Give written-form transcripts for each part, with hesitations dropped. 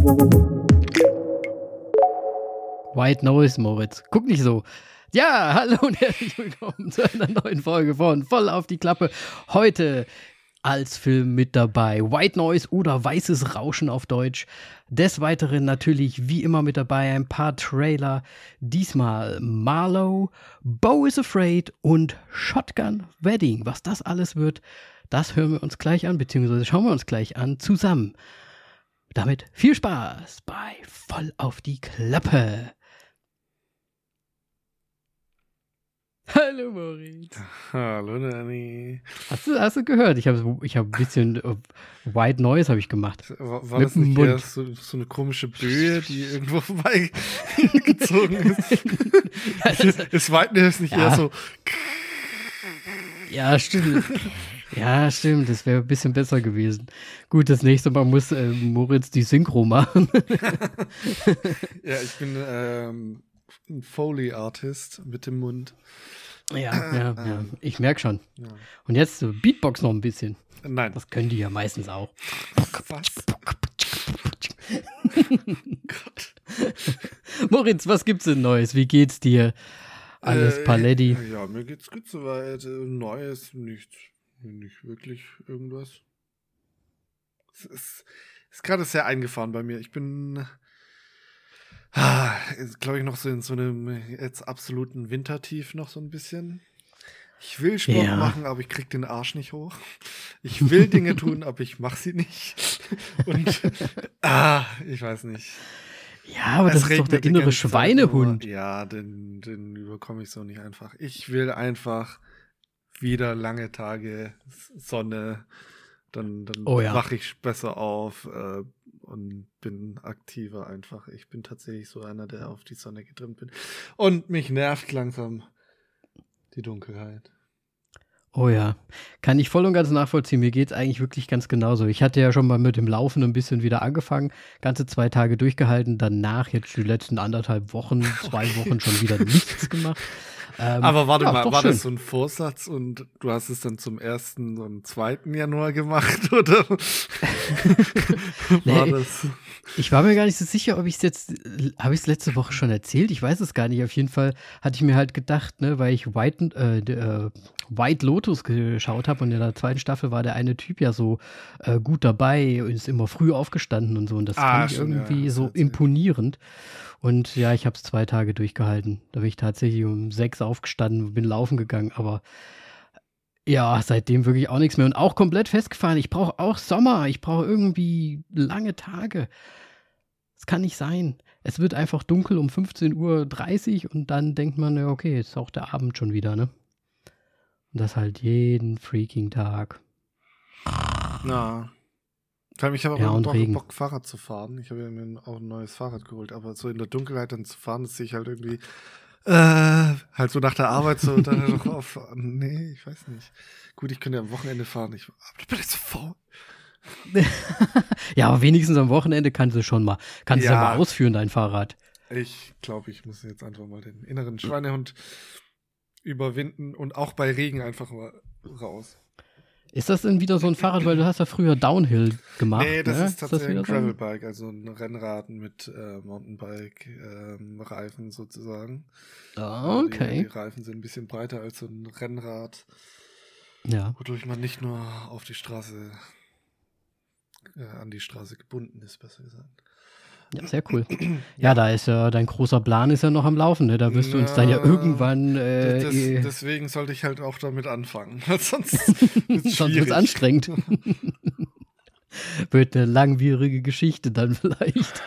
White Noise, Moritz. Guck nicht so. Ja, hallo und herzlich willkommen zu einer neuen Folge von Voll auf die Klappe. Heute als Film mit dabei White Noise oder Weißes Rauschen auf Deutsch. Des Weiteren natürlich wie immer mit dabei ein paar Trailer. Diesmal Marlowe, Beau is Afraid und Shotgun Wedding. Was das alles wird, das hören wir uns gleich an, beziehungsweise schauen wir uns gleich an zusammen. Damit viel Spaß bei Voll auf die Klappe. Hallo Moritz. Hallo Danny. Hast du gehört? Ich hab ein bisschen White Noise habe ich gemacht. War das nicht eher so eine komische Böe, die irgendwo vorbeigezogen ist? Ist White Noise nicht eher so... Ja, stimmt. Ja, stimmt. Das wäre ein bisschen besser gewesen. Gut, das nächste Mal muss Moritz die Synchro machen. Ja, ich bin ein Foley-Artist mit dem Mund. Ja. Ich merke schon. Ja. Und jetzt Beatbox noch ein bisschen. Nein. Das können die ja meistens auch. Was? Gott. Moritz, was gibt's denn Neues? Wie geht's dir? Alles Paletti? Ja, mir geht's gut soweit. Neues, nicht wirklich irgendwas. Es ist gerade sehr eingefahren bei mir. Ich bin, glaube ich, noch so in so einem jetzt absoluten Wintertief noch so ein bisschen. Ich will Sport machen, aber ich krieg den Arsch nicht hoch. Ich will Dinge tun, aber ich mach sie nicht. Und, ich weiß nicht. Ja, aber das ist doch der innere Schweinehund. Ja, den überkomme ich so nicht einfach. Ich will einfach wieder lange Tage, Sonne, dann wache ich besser auf und bin aktiver einfach. Ich bin tatsächlich so einer, der auf die Sonne getrimmt bin. Und mich nervt langsam die Dunkelheit. Oh ja, kann ich voll und ganz nachvollziehen. Mir geht's eigentlich wirklich ganz genauso. Ich hatte ja schon mal mit dem Laufen ein bisschen wieder angefangen, ganze 2 Tage durchgehalten, danach jetzt die letzten 1,5 Wochen, 2 Wochen schon wieder nichts gemacht. Aber warte mal, war das so ein Vorsatz und du hast es dann zum 1. und 2. Januar gemacht, oder? War das? Ich war mir gar nicht so sicher, habe ich es letzte Woche schon erzählt? Ich weiß es gar nicht. Auf jeden Fall hatte ich mir halt gedacht, ne, weil ich White Lotus geschaut habe und in der 2. Staffel war der eine Typ ja so gut dabei und ist immer früh aufgestanden und so. Und das fand ich irgendwie so imponierend. Und ja, ich habe es 2 Tage durchgehalten. Da bin ich tatsächlich um 6 aufgestanden, bin laufen gegangen, aber ja, seitdem wirklich auch nichts mehr. Und auch komplett festgefahren. Ich brauche auch Sommer. Ich brauche irgendwie lange Tage. Das kann nicht sein. Es wird einfach dunkel um 15:30 Uhr und dann denkt man, ja, okay, jetzt ist auch der Abend schon wieder, ne? Und das halt jeden freaking Tag. Na. Ich habe auch Bock, Fahrrad zu fahren. Ich habe mir auch ein neues Fahrrad geholt, aber so in der Dunkelheit dann zu fahren, das sehe ich halt irgendwie halt so nach der Arbeit so und dann noch auf. Nee, ich weiß nicht. Gut, ich könnte ja am Wochenende fahren. Aber da bin ich so faul. Ja, aber wenigstens am Wochenende kannst du ja mal ausführen, dein Fahrrad. Ich glaube, ich muss jetzt einfach mal den inneren Schweinehund überwinden und auch bei Regen einfach mal raus. Ist das denn wieder so ein Fahrrad, weil du hast ja früher Downhill gemacht? Nee, das ist tatsächlich ein Gravelbike, also ein Rennrad mit Mountainbike-Reifen sozusagen. Okay. Die Reifen sind ein bisschen breiter als so ein Rennrad. Ja. Wodurch man nicht nur auf die Straße, an die Straße gebunden ist, besser gesagt. Ja, sehr cool. Ja, da ist ja, dein großer Plan ist ja noch am Laufen, ne? Da wirst du uns dann ja irgendwann deswegen sollte ich halt auch damit anfangen. Sonst wird's anstrengend. Wird eine langwierige Geschichte dann vielleicht.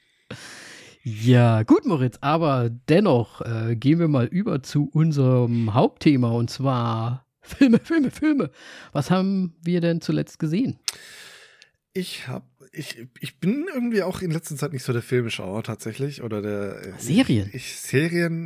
Ja, gut, Moritz, aber dennoch gehen wir mal über zu unserem Hauptthema und zwar Filme. Was haben wir denn zuletzt gesehen? Ich bin irgendwie auch in letzter Zeit nicht so der Filmeschauer tatsächlich oder der Serien. Serien,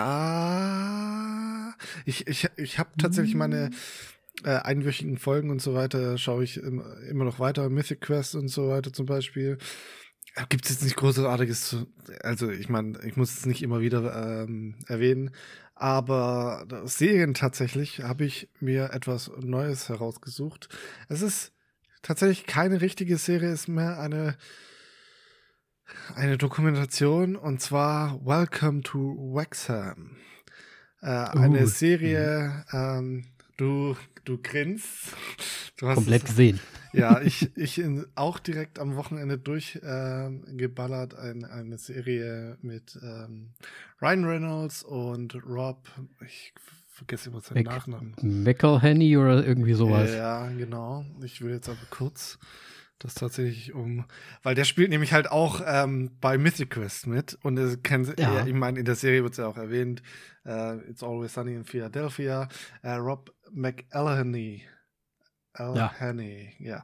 ja. Ich habe tatsächlich meine einwöchigen Folgen und so weiter, schaue ich immer noch weiter, Mythic Quest und so weiter zum Beispiel. Gibt es jetzt nicht Großartiges, also ich meine, ich muss es nicht immer wieder erwähnen, aber Serien tatsächlich habe ich mir etwas Neues herausgesucht. Es ist tatsächlich keine richtige Serie, ist mehr eine Eine Dokumentation, und zwar Welcome to Wrexham. Eine Serie, du grinst. Du hast komplett gesehen. Ja, ich auch direkt am Wochenende durchgeballert. Eine Serie mit Ryan Reynolds und Rob, ich vergesse immer seinen Nachnamen. McElhenney oder irgendwie sowas. Ja, genau. Ich will jetzt aber kurz das tatsächlich weil der spielt nämlich halt auch bei Mythic Quest mit, und ich meine, in der Serie wird es ja auch erwähnt, It's Always Sunny in Philadelphia, Rob McElhenney. McElhenney.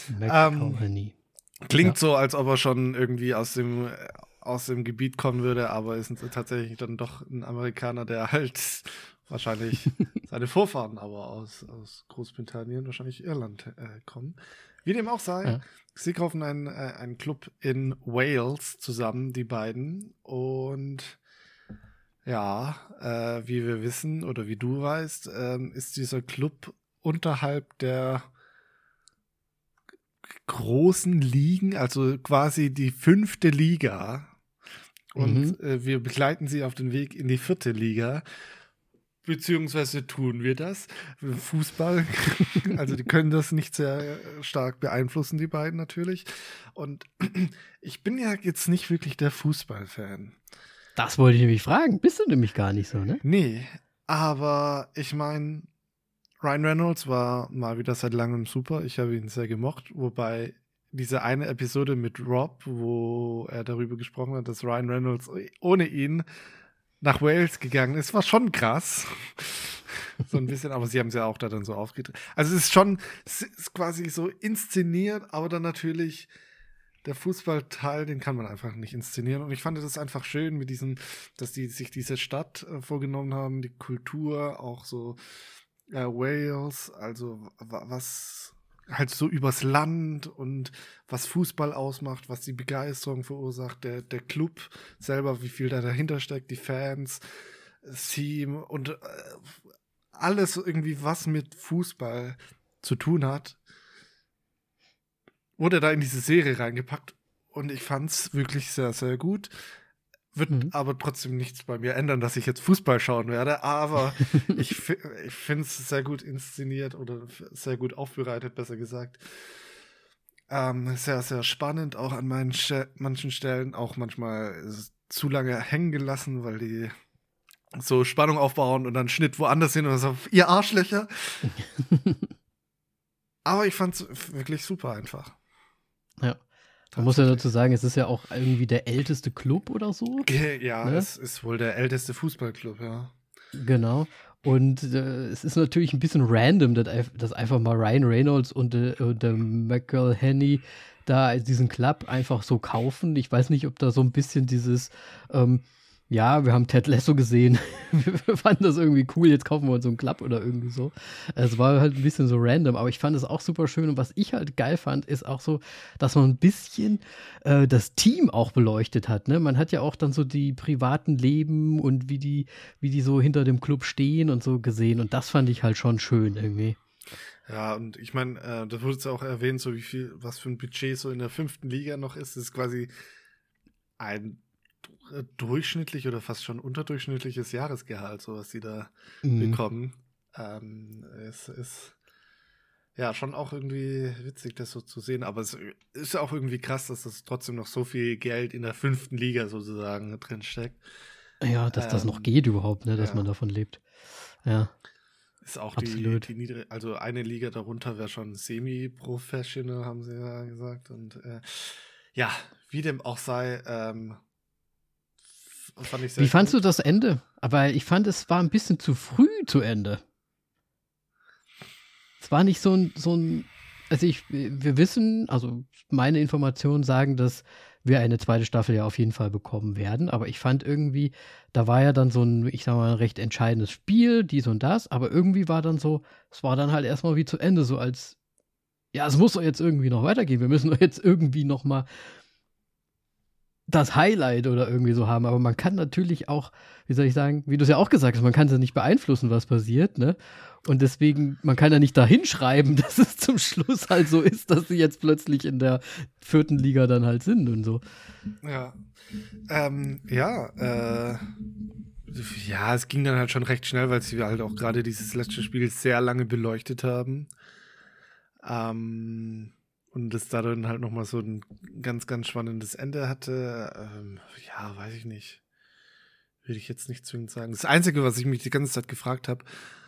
Klingt so, als ob er schon irgendwie aus dem Gebiet kommen würde, aber ist tatsächlich dann doch ein Amerikaner, der halt wahrscheinlich seine Vorfahren aber aus Großbritannien, wahrscheinlich Irland kommen. Wie dem auch sei, ja. Sie kaufen einen Club in Wales zusammen, die beiden. Und ja, wie wir wissen oder wie du weißt, ist dieser Club unterhalb der großen Ligen, also quasi die 5. Liga. Und wir begleiten sie auf den Weg in die 4. Liga. Beziehungsweise tun wir das. Fußball, also die können das nicht sehr stark beeinflussen, die beiden natürlich. Und ich bin ja jetzt nicht wirklich der Fußballfan. Das wollte ich nämlich fragen. Bist du nämlich gar nicht so, ne? Nee, aber ich meine, Ryan Reynolds war mal wieder seit langem super. Ich habe ihn sehr gemocht, wobei diese eine Episode mit Rob, wo er darüber gesprochen hat, dass Ryan Reynolds ohne ihn nach Wales gegangen ist, war schon krass. So ein bisschen, aber sie haben es ja auch da dann so aufgetreten. Also es ist quasi so inszeniert, aber dann natürlich der Fußballteil, den kann man einfach nicht inszenieren. Und ich fand das einfach schön mit dass die sich diese Stadt vorgenommen haben, die Kultur, auch so Wales, also was halt so übers Land und was Fußball ausmacht, was die Begeisterung verursacht, der Club selber, wie viel da dahinter steckt, die Fans, das Team und alles irgendwie, was mit Fußball zu tun hat, wurde da in diese Serie reingepackt, und ich fand's wirklich sehr, sehr gut. Wird aber trotzdem nichts bei mir ändern, dass ich jetzt Fußball schauen werde, aber ich finde es sehr gut inszeniert oder sehr gut aufbereitet, besser gesagt. Sehr, sehr spannend, auch an manchen Stellen, auch manchmal zu lange hängen gelassen, weil die so Spannung aufbauen und dann Schnitt woanders hin und so, ihr Arschlöcher. Aber ich fand es wirklich super einfach. Ja. Man muss ja dazu sagen, es ist ja auch irgendwie der älteste Club oder so. Ja, ne? Es ist wohl der älteste Fußballclub, ja. Genau. Und es ist natürlich ein bisschen random, dass einfach mal Ryan Reynolds und der McElhenney da diesen Club einfach so kaufen. Ich weiß nicht, ob da so ein bisschen dieses ja, wir haben Ted Lasso gesehen, wir fanden das irgendwie cool, jetzt kaufen wir uns so einen Club oder irgendwie so. Es war halt ein bisschen so random, aber ich fand es auch super schön, und was ich halt geil fand, ist auch so, dass man ein bisschen das Team auch beleuchtet hat, ne? Man hat ja auch dann so die privaten Leben und wie die so hinter dem Club stehen und so gesehen, und das fand ich halt schon schön irgendwie. Ja, und ich meine, das wurde jetzt auch erwähnt, so was für ein Budget so in der 5. Liga noch ist. Das ist quasi ein durchschnittlich oder fast schon unterdurchschnittliches Jahresgehalt, so was sie da bekommen. Es ist ja schon auch irgendwie witzig, das so zu sehen, aber es ist ja auch irgendwie krass, dass das trotzdem noch so viel Geld in der 5. Liga sozusagen drin steckt. Ja, dass das noch geht überhaupt, ne, dass man davon lebt. Ja. Ist auch die niedrige, also eine Liga darunter wäre schon semi-professional, haben sie ja gesagt. Und ja, wie dem auch sei, fand ich sehr Wie fandst du das Ende? Aber ich fand, es war ein bisschen zu früh zu Ende. Es war nicht so ein also wir wissen, also meine Informationen sagen, dass wir eine 2. Staffel ja auf jeden Fall bekommen werden, aber ich fand irgendwie, da war ja dann so ein, ich sag mal, ein recht entscheidendes Spiel, dies und das, aber irgendwie war dann so, es war dann halt erstmal wie zu Ende, so als, ja, es muss doch jetzt irgendwie noch weitergehen, wir müssen doch jetzt irgendwie noch mal das Highlight oder irgendwie so haben. Aber man kann natürlich auch, wie soll ich sagen, wie du es ja auch gesagt hast, man kann es ja nicht beeinflussen, was passiert, ne? Und deswegen, man kann ja nicht da hinschreiben, dass es zum Schluss halt so ist, dass sie jetzt plötzlich in der 4. Liga dann halt sind und so. Ja. Ja, es ging dann halt schon recht schnell, weil sie halt auch gerade dieses letzte Spiel sehr lange beleuchtet haben. Und das da dann halt nochmal so ein ganz, ganz spannendes Ende hatte. Ja, weiß ich nicht. Würde ich jetzt nicht zwingend sagen. Das Einzige, was ich mich die ganze Zeit gefragt habe,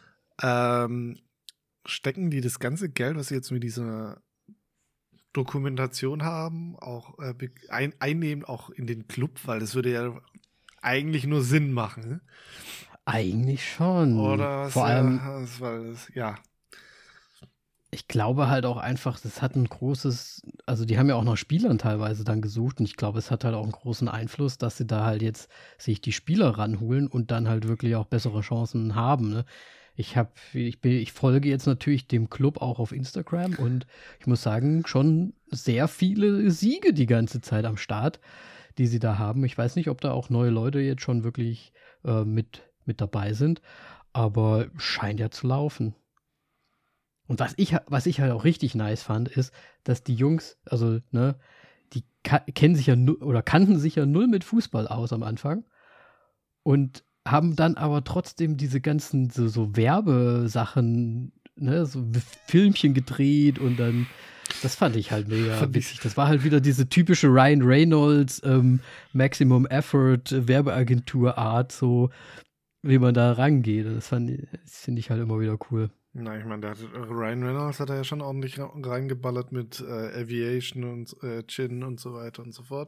stecken die das ganze Geld, was sie jetzt mit dieser Dokumentation haben, auch einnehmen, auch in den Club, weil das würde ja eigentlich nur Sinn machen. Eigentlich schon. Oder was? Vor allem, ja. Ich glaube halt auch einfach, das hat ein großes, also die haben ja auch nach Spielern teilweise dann gesucht und ich glaube, es hat halt auch einen großen Einfluss, dass sie da halt jetzt sich die Spieler ranholen und dann halt wirklich auch bessere Chancen haben, ne? Ich folge jetzt natürlich dem Club auch auf Instagram und ich muss sagen, schon sehr viele Siege die ganze Zeit am Start, die sie da haben. Ich weiß nicht, ob da auch neue Leute jetzt schon wirklich mit dabei sind, aber scheint ja zu laufen. Und was ich halt auch richtig nice fand, ist, dass die Jungs, also, ne, die kennen sich ja oder kannten sich ja null mit Fußball aus am Anfang und haben dann aber trotzdem diese ganzen so Werbesachen, ne, so Filmchen gedreht und dann, das fand ich halt mega witzig. Das war halt wieder diese typische Ryan Reynolds Maximum Effort Werbeagentur-Art, so wie man da rangeht. Das finde ich halt immer wieder cool. Na, ich meine, Ryan Reynolds hat er ja schon ordentlich reingeballert mit Aviation und Gin und so weiter und so fort.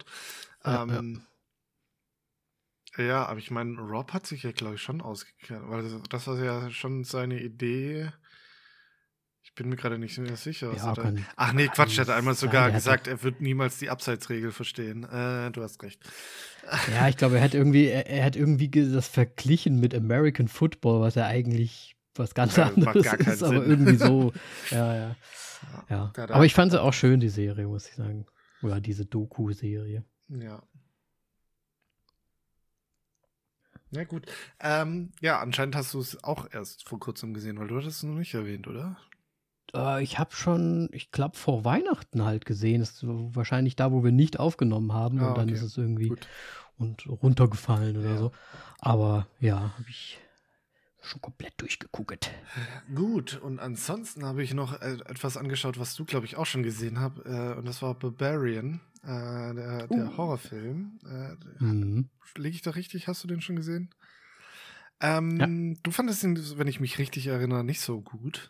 Ja, aber ich meine, Rob hat sich ja, glaube ich, schon ausgekehrt, weil das war ja schon seine Idee. Ich bin mir gerade nicht mehr sicher. Ja, ach nee, Quatsch, er hat einmal sogar gesagt, er wird niemals die Abseitsregel verstehen. Du hast recht. Ja, ich glaube, er hat irgendwie das verglichen mit American Football, was ja eigentlich was ganz anderes ist, aber irgendwie so. Ja. Aber ich fand sie auch schön, die Serie, muss ich sagen. Oder diese Doku-Serie. Ja. Na gut. Ja, anscheinend hast du es auch erst vor kurzem gesehen, weil du hattest es noch nicht erwähnt, oder? Ich habe schon, ich glaube, vor Weihnachten halt gesehen. Das ist so wahrscheinlich da, wo wir nicht aufgenommen haben. Und dann ist es irgendwie runtergefallen oder so. Aber ja, habe ich schon komplett durchgeguckt. Gut, und ansonsten habe ich noch etwas angeschaut, was du, glaube ich, auch schon gesehen hast. Und das war Barbarian, der Horrorfilm. Liege ich da richtig? Hast du den schon gesehen? Ja. Du fandest ihn, wenn ich mich richtig erinnere, nicht so gut.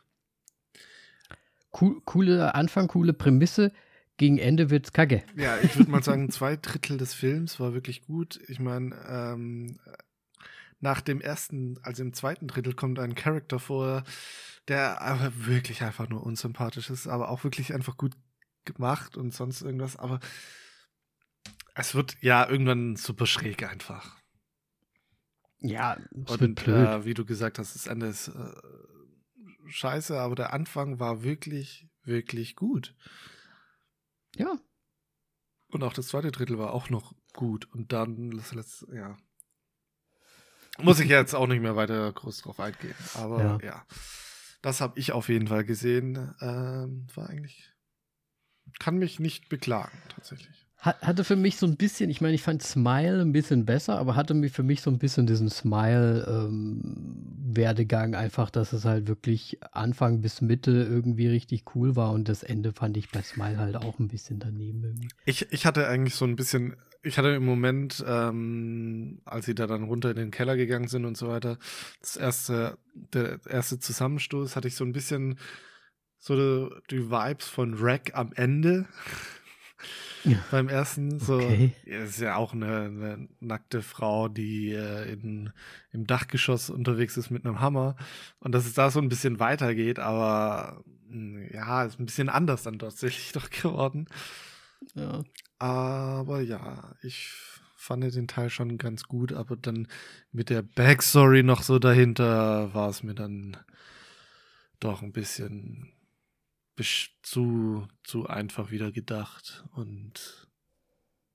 Coole Anfang, coole Prämisse. Gegen Ende wird's kacke. Ja, ich würde mal sagen, 2/3 des Films war wirklich gut. Ich meine, nach dem ersten, also im zweiten Drittel kommt ein Charakter vor, der aber wirklich einfach nur unsympathisch ist, aber auch wirklich einfach gut gemacht und sonst irgendwas. Aber es wird ja irgendwann super schräg einfach. Ja, es wird blöd. Wie du gesagt hast, das Ende ist scheiße, aber der Anfang war wirklich, wirklich gut. Ja. Und auch das zweite Drittel war auch noch gut. Und dann das letzte, ja. Muss ich jetzt auch nicht mehr weiter groß drauf eingehen. Aber ja, das habe ich auf jeden Fall gesehen. War eigentlich, kann mich nicht beklagen, tatsächlich. Hatte für mich so ein bisschen, ich meine, ich fand Smile ein bisschen besser, aber hatte für mich so ein bisschen diesen Smile-Werdegang einfach, dass es halt wirklich Anfang bis Mitte irgendwie richtig cool war und das Ende fand ich bei Smile halt auch ein bisschen daneben irgendwie. Ich hatte eigentlich so ein bisschen, ich hatte im Moment, als sie da dann runter in den Keller gegangen sind und so weiter, der erste Zusammenstoß, hatte ich so ein bisschen so die Vibes von Wreck am Ende. Ja. Beim ersten, so, ist ja auch eine nackte Frau, die im Dachgeschoss unterwegs ist mit einem Hammer und dass es da so ein bisschen weitergeht, aber ja, ist ein bisschen anders dann tatsächlich doch geworden. Ja. Aber ja, ich fand den Teil schon ganz gut, aber dann mit der Backstory noch so dahinter war es mir dann doch ein bisschen zu einfach wieder gedacht und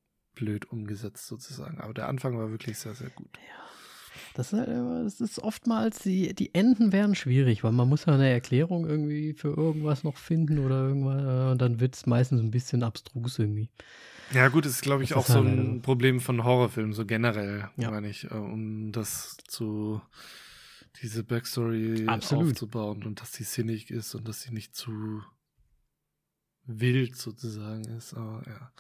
blöd umgesetzt sozusagen. Aber der Anfang war wirklich sehr, sehr gut. Ja. Das ist oftmals, die Enden werden schwierig, weil man muss ja eine Erklärung irgendwie für irgendwas noch finden oder irgendwas, und dann wird es meistens ein bisschen abstrus irgendwie. Ja gut, das ist glaube ich auch so ein Problem von Horrorfilmen, so generell, meine ich, um diese Backstory aufzubauen und dass die sinnig ist und dass sie nicht zu wild sozusagen ist. Aber ja.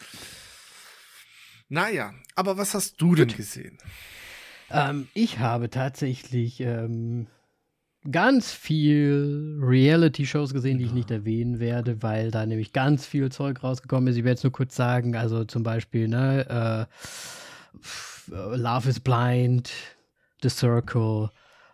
Naja, aber was hast du denn gesehen? Ich habe tatsächlich ganz viel Reality-Shows gesehen, die ich nicht erwähnen werde, weil da nämlich ganz viel Zeug rausgekommen ist. Ich werde jetzt nur kurz sagen, also zum Beispiel, Love is Blind, The Circle,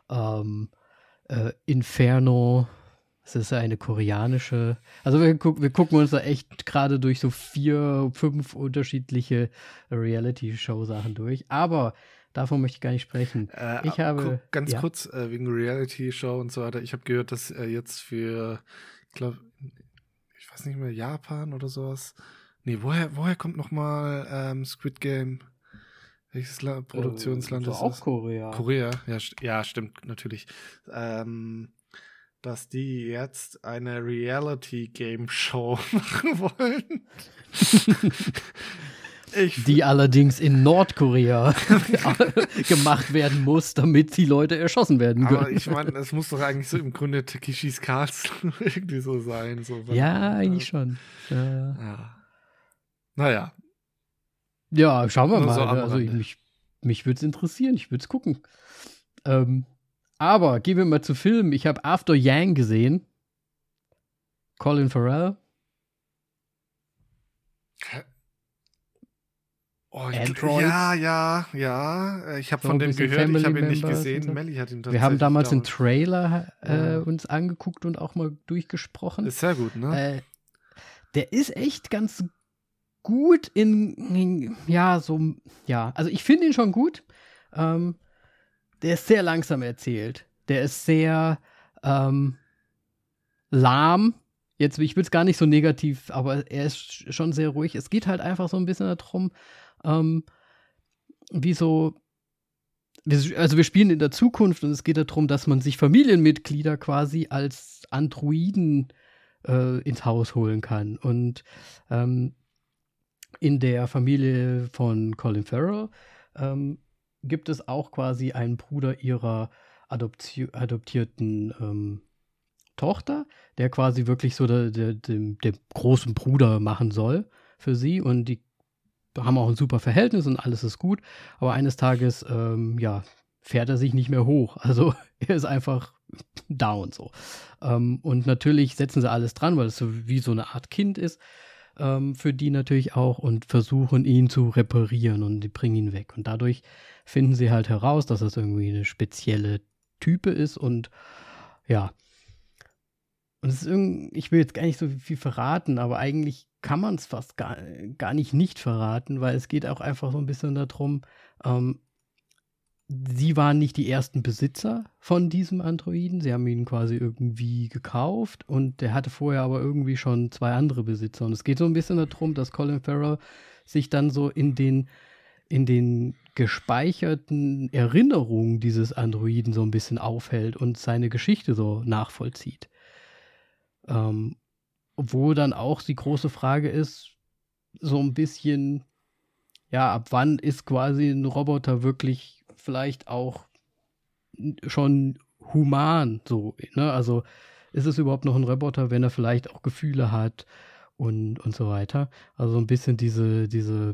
Inferno. Das ist eine koreanische. Also wir gucken uns da echt gerade durch so 4, 5 unterschiedliche Reality-Show-Sachen durch. Aber davon möchte ich gar nicht sprechen. Ich habe ganz kurz wegen Reality-Show und so weiter. Ich habe gehört, dass jetzt für, ich weiß nicht mehr, Japan oder sowas. Nee, woher kommt nochmal Squid Game? Welches Produktionsland ist das? Auch Korea. Korea, ja, stimmt, natürlich. Dass die jetzt eine Reality-Game-Show machen wollen. Die allerdings in Nordkorea gemacht werden muss, damit die Leute erschossen werden können. Aber ich meine, es muss doch eigentlich so im Grunde Takeshis Castle irgendwie so sein. So, ja, eigentlich schon. Ja. Naja. Ja, schauen wir mal. So also mich würde es interessieren, ich würde es gucken. Aber gehen wir mal zu Filmen. Ich habe After Yang gesehen. Colin Farrell. Android. Ja. Ich habe von dem gehört, ich habe ihn nicht gesehen. So. Melly hat ihn tatsächlich. Wir haben damals den Trailer uns angeguckt und auch mal durchgesprochen. Ist sehr gut, ne? Der ist echt ganz gut also ich finde ihn schon gut. Der ist sehr langsam erzählt. Der ist sehr lahm. Jetzt, ich will es gar nicht so negativ, aber er ist schon sehr ruhig. Es geht halt einfach so ein bisschen darum, wir spielen in der Zukunft und es geht darum, dass man sich Familienmitglieder quasi als Androiden ins Haus holen kann. Und in der Familie von Colin Farrell gibt es auch quasi einen Bruder ihrer adoptierten Tochter, der quasi wirklich so den großen Bruder machen soll für sie, und die haben auch ein super Verhältnis und alles ist gut, aber eines Tages fährt er sich nicht mehr hoch, also er ist einfach down so. Und natürlich setzen sie alles dran, weil es so wie so eine Art Kind ist, für die natürlich auch, und versuchen ihn zu reparieren und die bringen ihn weg, und dadurch finden sie halt heraus, dass das irgendwie eine spezielle Type ist und ja. Und es ist ich will jetzt gar nicht so viel verraten, aber eigentlich kann man es fast gar nicht verraten, weil es geht auch einfach so ein bisschen darum, sie waren nicht die ersten Besitzer von diesem Androiden, sie haben ihn quasi irgendwie gekauft und der hatte vorher aber irgendwie schon 2 andere Besitzer. Und es geht so ein bisschen darum, dass Colin Farrell sich dann so in den gespeicherten Erinnerungen dieses Androiden so ein bisschen aufhält und seine Geschichte so nachvollzieht. Obwohl dann auch die große Frage ist, so ein bisschen, ja, ab wann ist quasi ein Roboter wirklich vielleicht auch schon human, so, ne? Also ist es überhaupt noch ein Roboter, wenn er vielleicht auch Gefühle hat und so weiter. Also so ein bisschen diese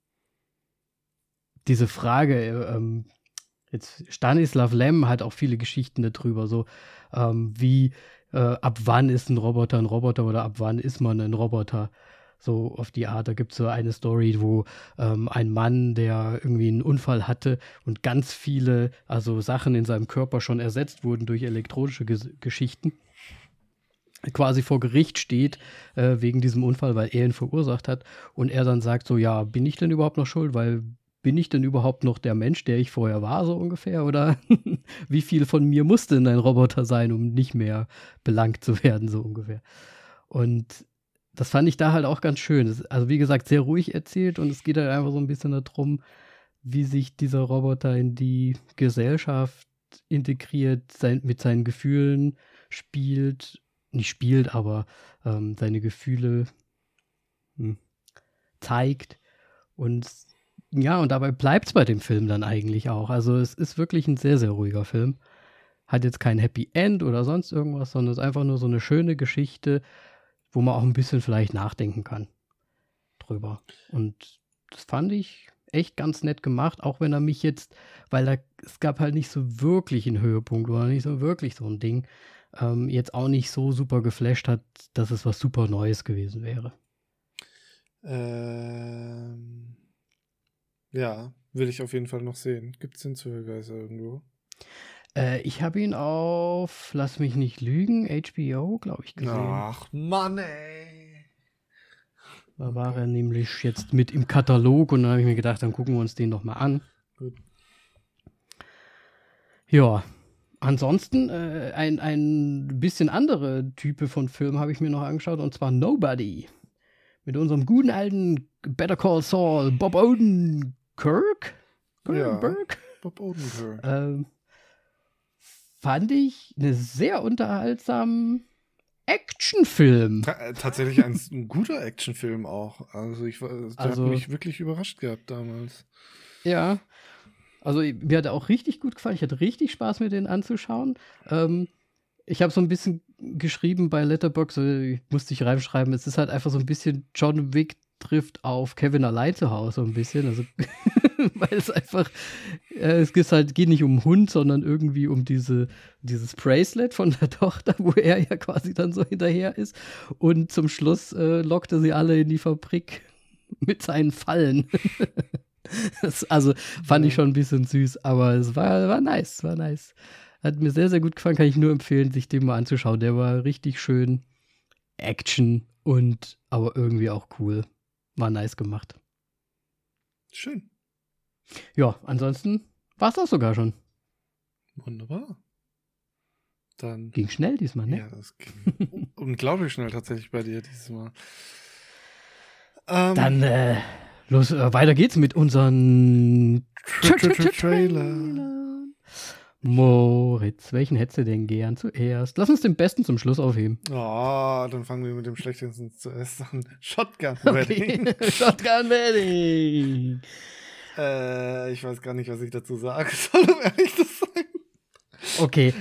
Frage, jetzt Stanislav Lem hat auch viele Geschichten darüber, so wie ab wann ist ein Roboter oder ab wann ist man ein Roboter? So auf die Art. Da gibt es so eine Story, wo ein Mann, der irgendwie einen Unfall hatte und ganz viele Sachen in seinem Körper schon ersetzt wurden durch elektronische Geschichten, quasi vor Gericht steht wegen diesem Unfall, weil er ihn verursacht hat. Und er dann sagt so, ja, bin ich denn überhaupt noch schuld? Weil bin ich denn überhaupt noch der Mensch, der ich vorher war, so ungefähr? Oder wie viel von mir muss denn ein Roboter sein, um nicht mehr belangt zu werden, so ungefähr? Und das fand ich da halt auch ganz schön. Also wie gesagt, sehr ruhig erzählt und es geht halt einfach so ein bisschen darum, wie sich dieser Roboter in die Gesellschaft integriert, mit seinen Gefühlen nicht spielt, aber seine Gefühle zeigt. Und ja, und dabei bleibt es bei dem Film dann eigentlich auch. Also es ist wirklich ein sehr, sehr ruhiger Film. Hat jetzt kein Happy End oder sonst irgendwas, sondern es ist einfach nur so eine schöne Geschichte, wo man auch ein bisschen vielleicht nachdenken kann drüber. Und das fand ich echt ganz nett gemacht, auch wenn er mich jetzt, es gab halt nicht so wirklich einen Höhepunkt oder nicht so wirklich so ein Ding, jetzt auch nicht so super geflasht hat, dass es was super Neues gewesen wäre. Ja, will ich auf jeden Fall noch sehen. Gibt es den Zögergeister irgendwo? Ich habe ihn auf, lass mich nicht lügen, HBO, glaube ich, gesehen. Ach, Mann, ey. Da war er nämlich jetzt mit im Katalog und dann habe ich mir gedacht, dann gucken wir uns den noch mal an. Gut. Ja, ansonsten ein bisschen andere Type von Film habe ich mir noch angeschaut und zwar Nobody. Mit unserem guten alten Better Call Saul, Bob Odenkirk. Ja, Bob Odenkirk. Fand ich einen sehr unterhaltsamen Actionfilm. Tatsächlich ein guter Actionfilm auch. Also der hat mich wirklich überrascht gehabt damals. Ja, also mir hat er auch richtig gut gefallen. Ich hatte richtig Spaß, mir den anzuschauen. Ich habe so ein bisschen geschrieben bei Letterboxd, musste ich reinschreiben, es ist halt einfach so ein bisschen John Wick trifft auf Kevin allein zu Hause so ein bisschen. Also weil es einfach, geht nicht um einen Hund, sondern irgendwie um dieses Bracelet von der Tochter, wo er ja quasi dann so hinterher ist. Und zum Schluss lockt er sie alle in die Fabrik mit seinen Fallen. Also fand ich schon ein bisschen süß, aber es war nice, Hat mir sehr, sehr gut gefallen, kann ich nur empfehlen, sich den mal anzuschauen. Der war richtig schön Action und aber irgendwie auch cool. War nice gemacht. Schön. Ja, ansonsten war es das sogar schon. Wunderbar. Dann ging schnell diesmal, ne? Ja, das ging unglaublich schnell tatsächlich bei dir dieses Mal. Dann los, weiter geht's mit unseren Trailer. Moritz, welchen hättest du denn gern zuerst? Lass uns den besten zum Schluss aufheben. Oh, dann fangen wir mit dem schlechtesten zuerst an. Shotgun Wedding. Shotgun Wedding. Ich weiß gar nicht, was ich dazu sagen soll, um ehrlich zu sein. Okay,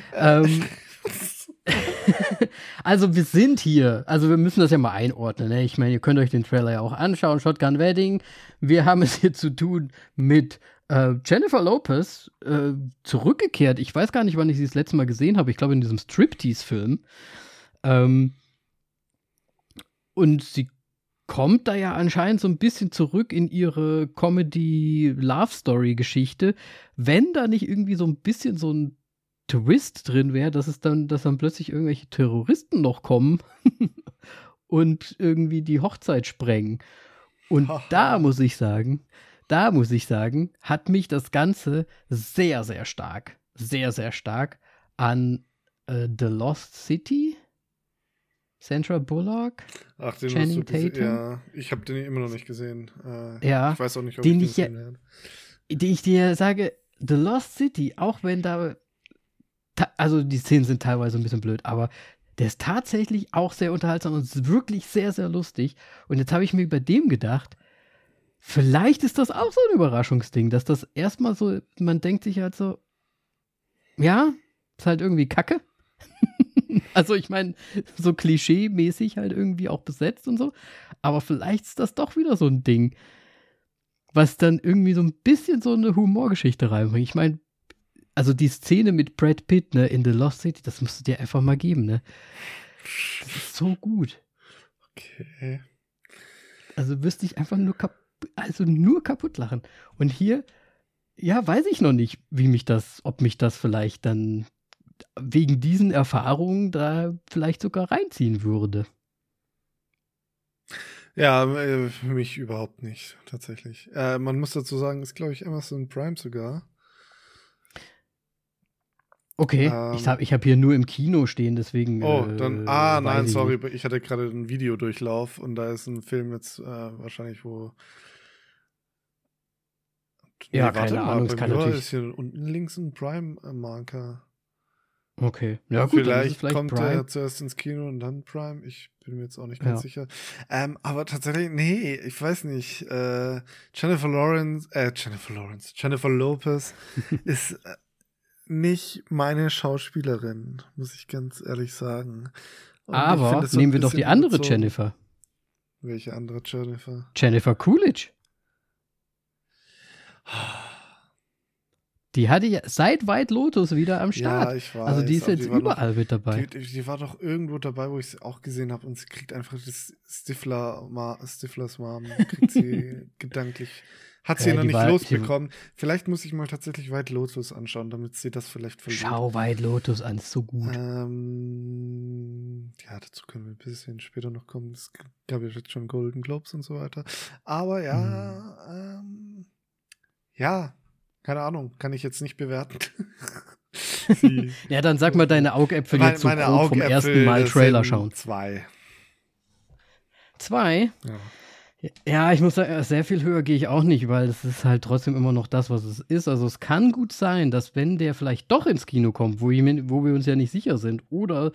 also wir sind hier, also wir müssen das ja mal einordnen, ne? Ich meine, ihr könnt euch den Trailer ja auch anschauen, Shotgun Wedding. Wir haben es hier zu tun mit Jennifer Lopez, zurückgekehrt. Ich weiß gar nicht, wann ich sie das letzte Mal gesehen habe. Ich glaube, in diesem Striptease-Film. Und sie kommt da ja anscheinend so ein bisschen zurück in ihre Comedy-Love-Story-Geschichte. Wenn da nicht irgendwie so ein bisschen so ein Twist drin wäre, dass dann plötzlich irgendwelche Terroristen noch kommen und irgendwie die Hochzeit sprengen. Und da muss ich sagen, hat mich das Ganze sehr, sehr stark an The Lost City, Sandra Bullock, Channing Tatum. Ja, ich habe den immer noch nicht gesehen. Ja, ich weiß auch nicht, ob ich den sehen werde. Den ich dir sage, The Lost City, auch wenn da also die Szenen sind teilweise ein bisschen blöd, aber der ist tatsächlich auch sehr unterhaltsam und ist wirklich sehr, sehr lustig. Und jetzt habe ich mir bei dem gedacht, vielleicht ist das auch so ein Überraschungsding, dass das erstmal so, man denkt sich halt so, ja, ist halt irgendwie Kacke. Also ich meine, so klischee-mäßig halt irgendwie auch besetzt und so. Aber vielleicht ist das doch wieder so ein Ding, was dann irgendwie so ein bisschen so eine Humorgeschichte reinbringt. Ich meine, also die Szene mit Brad Pitt, ne, in The Lost City, das musst du dir einfach mal geben, ne? Das ist so gut. Okay. Also wirst dich einfach nur kaputt lachen. Und hier, ja, weiß ich noch nicht, ob mich das vielleicht dann wegen diesen Erfahrungen da vielleicht sogar reinziehen würde. Ja, für mich überhaupt nicht, tatsächlich. Man muss dazu sagen, ist, glaube ich, Amazon Prime sogar. Okay, ich hab hier nur im Kino stehen, deswegen. Oh, dann. Nein, sorry, ich hatte gerade einen Videodurchlauf und da ist ein Film jetzt wahrscheinlich, wo. Nee, ja, keine Ahnung, es kann natürlich. Ist hier unten links ein Prime-Marker. Okay, ja gut, vielleicht kommt der zuerst ins Kino und dann Prime. Ich bin mir jetzt auch nicht ganz sicher. Aber tatsächlich, nee, ich weiß nicht. Jennifer Lopez ist nicht meine Schauspielerin, muss ich ganz ehrlich sagen. Und aber nehmen wir doch die andere Jennifer. Welche andere Jennifer? Jennifer Coolidge. Die hatte ja seit White Lotus wieder am Start. Ja, ich weiß. Also die ist jetzt überall mit dabei. Die war doch irgendwo dabei, wo ich sie auch gesehen habe und sie kriegt einfach das Stiflers Mom, kriegt sie gedanklich. Hat sie noch nicht losbekommen. Vielleicht muss ich mal tatsächlich White Lotus anschauen, damit sie das vielleicht verliert. Schau White Lotus an, ist so gut. Ja, dazu können wir ein bisschen später noch kommen. Es gab ja jetzt schon Golden Globes und so weiter. Aber ja, ja, keine Ahnung, kann ich jetzt nicht bewerten. Ja, dann sag mal deine Augäpfel jetzt so grob vom ersten Mal Trailer schauen. 2. 2? Ja. Ja, ich muss sagen, sehr viel höher gehe ich auch nicht, weil es ist halt trotzdem immer noch das, was es ist. Also es kann gut sein, dass wenn der vielleicht doch ins Kino kommt, wo wir uns ja nicht sicher sind, oder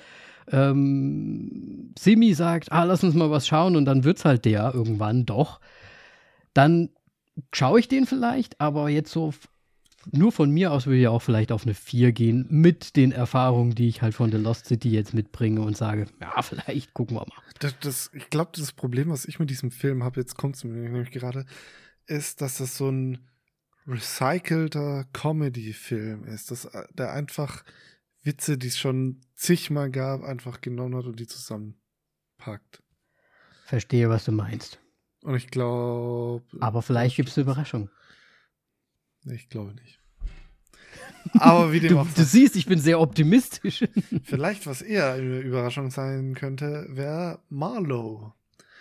Simi sagt, lass uns mal was schauen und dann wird's halt der irgendwann doch, dann schaue ich den vielleicht, aber jetzt so nur von mir aus würde ich auch vielleicht auf eine 4 gehen, mit den Erfahrungen, die ich halt von The Lost City jetzt mitbringe und sage, ja, vielleicht gucken wir mal. Ich glaube, das Problem, was ich mit diesem Film habe, jetzt kommt es mir nämlich gerade, ist, dass das so ein recycelter Comedy-Film ist, dass der einfach Witze, die es schon zigmal gab, einfach genommen hat und die zusammenpackt. Verstehe, was du meinst. Und ich glaube... Aber vielleicht gibt es eine Überraschung. Ich glaube nicht. Aber wie dem auch du siehst, ich bin sehr optimistisch. Vielleicht, was eher eine Überraschung sein könnte, wäre Marlowe.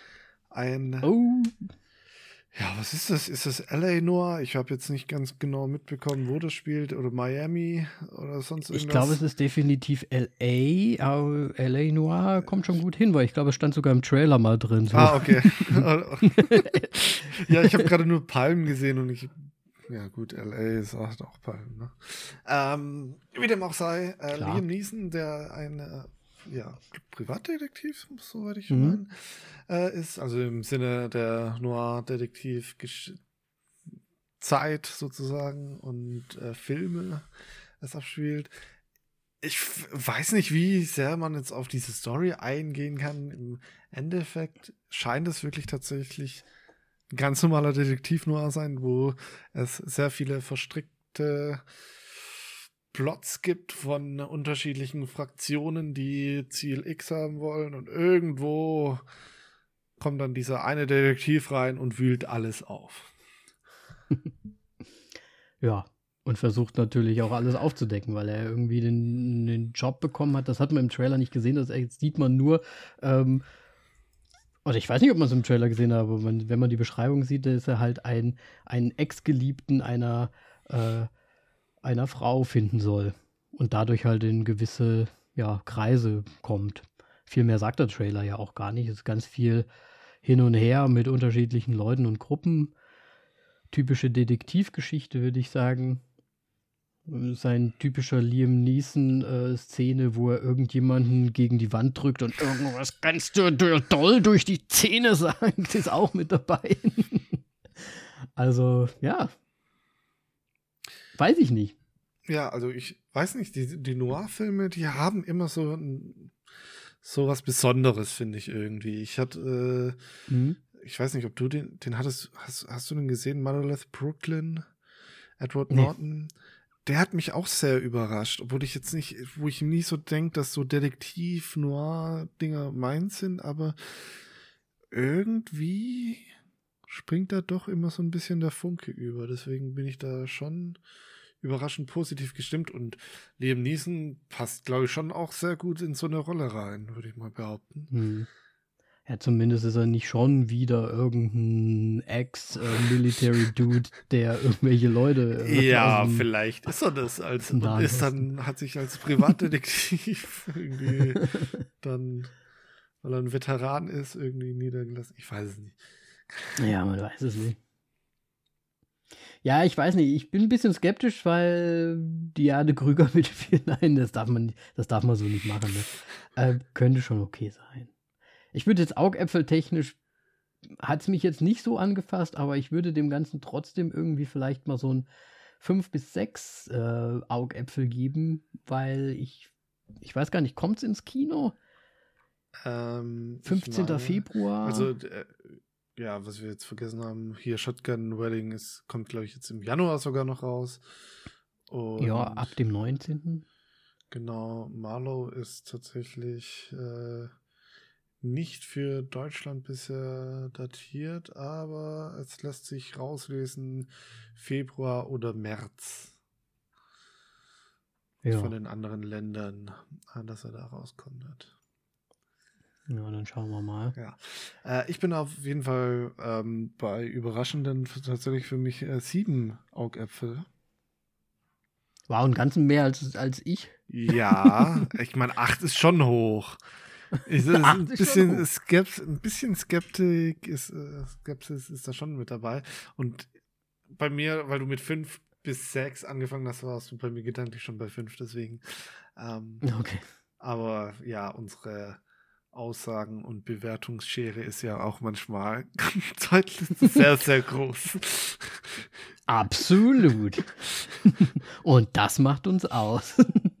Ja, was ist das? Ist das L.A. Noir? Ich habe jetzt nicht ganz genau mitbekommen, wo das spielt. Oder Miami oder sonst irgendwas. Ich glaube, es ist definitiv L.A., aber L.A. Noir kommt schon gut hin, weil ich glaube, es stand sogar im Trailer mal drin. So. Okay. Ja, ich habe gerade nur Palmen gesehen und ja gut, L.A. ist auch Palmen, ne? Wie dem auch sei, Liam Neeson, der ein Privatdetektiv, soweit ich meine, ist, also im Sinne der Noir-Detektiv-Zeit sozusagen und Filme es abspielt. Ich weiß nicht, wie sehr man jetzt auf diese Story eingehen kann. Im Endeffekt scheint es wirklich tatsächlich ein ganz normaler Detektiv-Noir sein, wo es sehr viele verstrickte Plots gibt von unterschiedlichen Fraktionen, die Ziel X haben wollen und irgendwo kommt dann dieser eine Detektiv rein und wühlt alles auf. Ja, und versucht natürlich auch alles aufzudecken, weil er irgendwie den Job bekommen hat. Das hat man im Trailer nicht gesehen, das sieht man nur oder ich weiß nicht, ob man es im Trailer gesehen hat, aber wenn man die Beschreibung sieht, ist er halt ein Ex-Geliebten einer Frau finden soll und dadurch halt in gewisse Kreise kommt. Viel mehr sagt der Trailer ja auch gar nicht. Es ist ganz viel hin und her mit unterschiedlichen Leuten und Gruppen. Typische Detektivgeschichte, würde ich sagen. Sein typischer Liam Neeson-Szene, wo er irgendjemanden gegen die Wand drückt und irgendwas ganz doll durch die Zähne sagt, ist auch mit dabei. Also, ja. Weiß ich nicht. Ja, also ich weiß nicht, die Noir-Filme, die haben immer so was Besonderes, finde ich irgendwie. Ich hatte, ich weiß nicht, ob du den hattest, hast du den gesehen, Monolith Brooklyn, Edward Norton? Der hat mich auch sehr überrascht, obwohl ich jetzt nicht, wo ich nie so denke, dass so Detektiv-Noir-Dinger meins sind, aber irgendwie springt da doch immer so ein bisschen der Funke über. Deswegen bin ich da schon überraschend positiv gestimmt und Liam Neeson passt, glaube ich, schon auch sehr gut in so eine Rolle rein, würde ich mal behaupten. Ja, zumindest ist er nicht schon wieder irgendein Ex-Military-Dude, der irgendwelche Leute. Ja, vielleicht ist er das. Hat sich als Privatdetektiv irgendwie dann, weil er ein Veteran ist, irgendwie niedergelassen. Ich weiß es nicht. Ja, man weiß es nicht. Ja, ich weiß nicht. Ich bin ein bisschen skeptisch, weil Diane Krüger mit 4-9, das darf man so nicht machen. Ne? Könnte schon okay sein. Ich würde jetzt augäpfeltechnisch, hat es mich jetzt nicht so angefasst, aber ich würde dem Ganzen trotzdem irgendwie vielleicht mal so ein 5 bis 6 Augäpfel geben, weil ich weiß gar nicht, kommt es ins Kino? 15. Februar. Also, ja, was wir jetzt vergessen haben, hier Shotgun Wedding kommt, glaube ich, jetzt im Januar sogar noch raus. Und ja, ab dem 19. Genau, Marlow ist tatsächlich nicht für Deutschland bisher datiert, aber es lässt sich rauslesen Februar oder März von den anderen Ländern, dass er da rauskommt. Ja, dann schauen wir mal. Ja. Ich bin auf jeden Fall bei überraschenden tatsächlich für mich 7 Augäpfel. Wow, einen ganzen mehr als ich. Ja, ich meine, 8 ist schon hoch. Ein bisschen Skepsis ist da schon mit dabei. Und bei mir, weil du mit 5 bis 6 angefangen hast, warst du bei mir gedanklich schon bei 5, deswegen. Okay. Aber ja, unsere Aussagen und Bewertungsschere ist ja auch manchmal deutlich sehr, sehr groß. Absolut. Und das macht uns aus.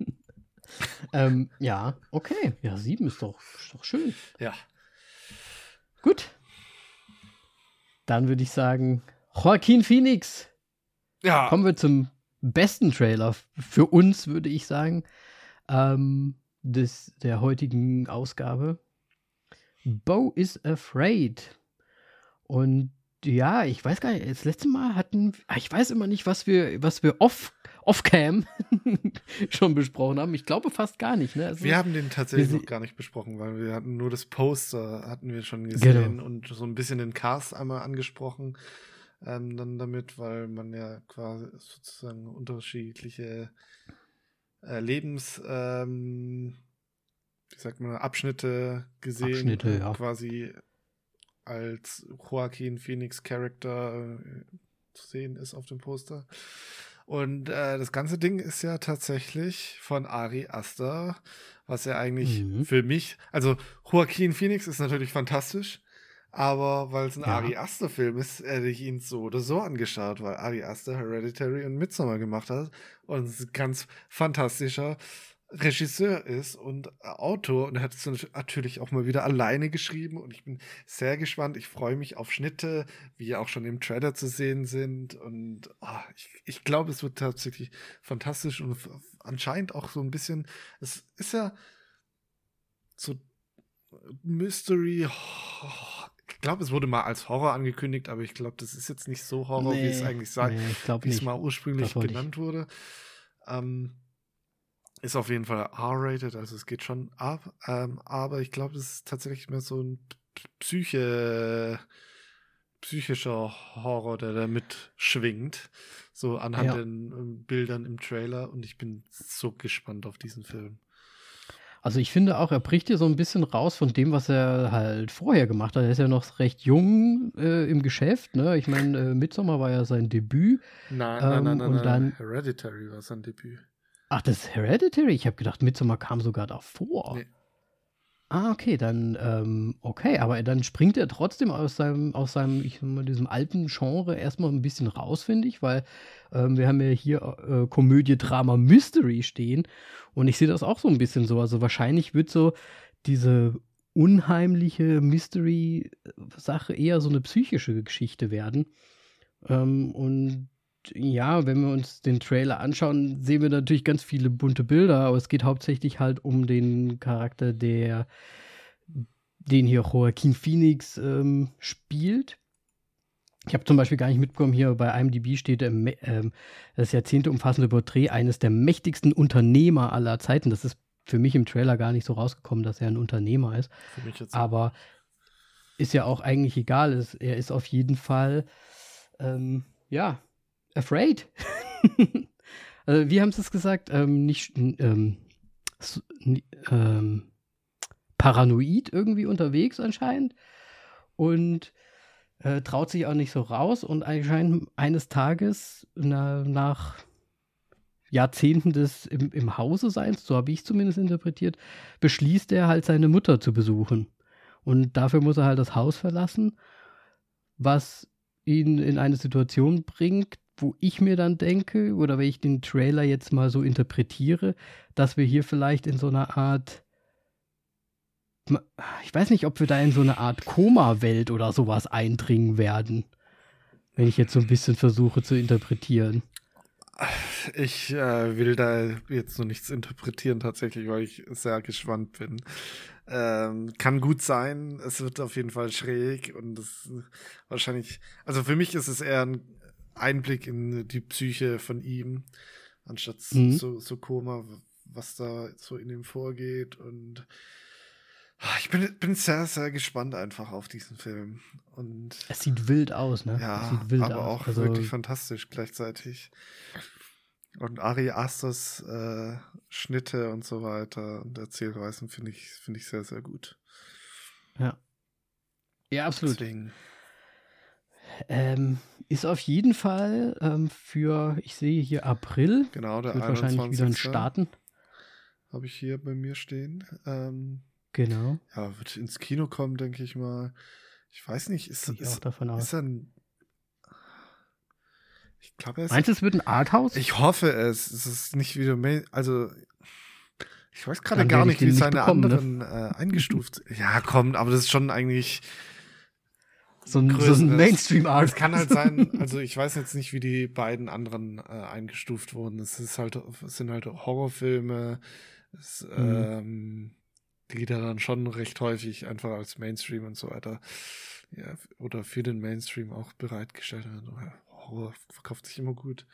Ja, okay. Ja, 7 ist doch schön. Ja. Gut. Dann würde ich sagen, Joaquin Phoenix. Ja. Kommen wir zum besten Trailer für uns, würde ich sagen, der heutigen Ausgabe. Beau is Afraid. Und ja, ich weiß gar nicht, das letzte Mal ich weiß immer nicht, was wir off-cam schon besprochen haben. Ich glaube fast gar nicht. Ne? Also, wir haben den tatsächlich noch gar nicht besprochen, weil wir hatten nur das Poster, hatten wir schon gesehen und so ein bisschen den Cast einmal angesprochen. Dann damit, weil man ja quasi sozusagen unterschiedliche Abschnitte gesehen, ja. Quasi als Joaquin Phoenix Charakter zu sehen ist auf dem Poster. Und das ganze Ding ist ja tatsächlich von Ari Aster, was ja eigentlich für mich, also Joaquin Phoenix ist natürlich fantastisch, aber weil es ein Ari Aster Film ist, hätte ich ihn so oder so angeschaut, weil Ari Aster Hereditary und Midsommar gemacht hat und ein ganz fantastischer Regisseur ist und Autor und er hat es natürlich auch mal wieder alleine geschrieben und ich bin sehr gespannt. Ich freue mich auf Schnitte, wie auch schon im Trailer zu sehen sind und ich glaube, es wird tatsächlich fantastisch und anscheinend auch so ein bisschen, es ist ja so Mystery, ich glaube, es wurde mal als Horror angekündigt, aber ich glaube, das ist jetzt nicht so Horror, wie es eigentlich sagt, wie es mal ursprünglich genannt wurde. Ist auf jeden Fall R-rated, also es geht schon ab, aber ich glaube, es ist tatsächlich mehr so ein psychischer Horror, der da mitschwingt, so anhand den Bildern im Trailer und ich bin so gespannt auf diesen Film. Also ich finde auch, er bricht hier so ein bisschen raus von dem, was er halt vorher gemacht hat. Er ist ja noch recht jung im Geschäft, ne? Ich meine, Midsommar war ja sein Debüt. Nein, Hereditary war sein Debüt. Ach, das ist Hereditary? Ich habe gedacht, Midsommar kam sogar davor. Nee. Ah, okay, dann, aber dann springt er trotzdem aus diesem alten Genre erstmal ein bisschen raus, finde ich, weil wir haben ja hier Komödie, Drama, Mystery stehen und ich sehe das auch so ein bisschen so, also wahrscheinlich wird so diese unheimliche Mystery-Sache eher so eine psychische Geschichte werden und ja, wenn wir uns den Trailer anschauen, sehen wir natürlich ganz viele bunte Bilder, aber es geht hauptsächlich halt um den Charakter, den hier Joaquin Phoenix spielt. Ich habe zum Beispiel gar nicht mitbekommen, hier bei IMDb steht das jahrzehnteumfassende Porträt eines der mächtigsten Unternehmer aller Zeiten. Das ist für mich im Trailer gar nicht so rausgekommen, dass er ein Unternehmer ist. Für mich jetzt aber ist ja auch eigentlich egal. Er ist auf jeden Fall, afraid. Also, wie haben sie es gesagt? Paranoid irgendwie unterwegs anscheinend. Und traut sich auch nicht so raus. Und anscheinend eines Tages nach Jahrzehnten des im Hause Seins, so habe ich es zumindest interpretiert, beschließt er halt seine Mutter zu besuchen. Und dafür muss er halt das Haus verlassen, was ihn in eine Situation bringt, wo ich mir dann denke, oder wenn ich den Trailer jetzt mal so interpretiere, dass wir hier vielleicht in so einer Art, ich weiß nicht, ob wir da in so eine Art Koma-Welt oder sowas eindringen werden, wenn ich jetzt so ein bisschen versuche zu interpretieren. Ich will da jetzt noch nichts interpretieren tatsächlich, weil ich sehr gespannt bin. Kann gut sein, es wird auf jeden Fall schräg und es wahrscheinlich, also für mich ist es eher ein Einblick in die Psyche von ihm, anstatt so Koma, was da so in ihm vorgeht. Und ich bin sehr, sehr gespannt einfach auf diesen Film. Und es sieht wild aus, ne? Ja, es sieht wild aber aus. auch wirklich fantastisch gleichzeitig. Und Ari Asters Schnitte und so weiter und Erzählweisen finde ich sehr, sehr gut. Ja. Ja, absolut. Deswegen. Ist auf jeden Fall für, ich sehe hier April. Genau, der wird wahrscheinlich wieder in Starten. Habe ich hier bei mir stehen. Genau. Ja, wird ins Kino kommen, denke ich mal. Ich weiß nicht, ist er ein... Ich glaube, meinst du, es wird ein Arthouse? Ich hoffe es. Es ist nicht wieder also ich weiß gerade gar nicht, wie seine anderen eingestuft sind. Ja, kommt, aber das ist schon eigentlich so ein Mainstream-Art. Es kann halt sein, also ich weiß jetzt nicht, wie die beiden anderen eingestuft wurden. Es sind halt Horrorfilme, die da dann schon recht häufig einfach als Mainstream und so weiter, ja, oder für den Mainstream auch bereitgestellt werden. Horror verkauft sich immer gut.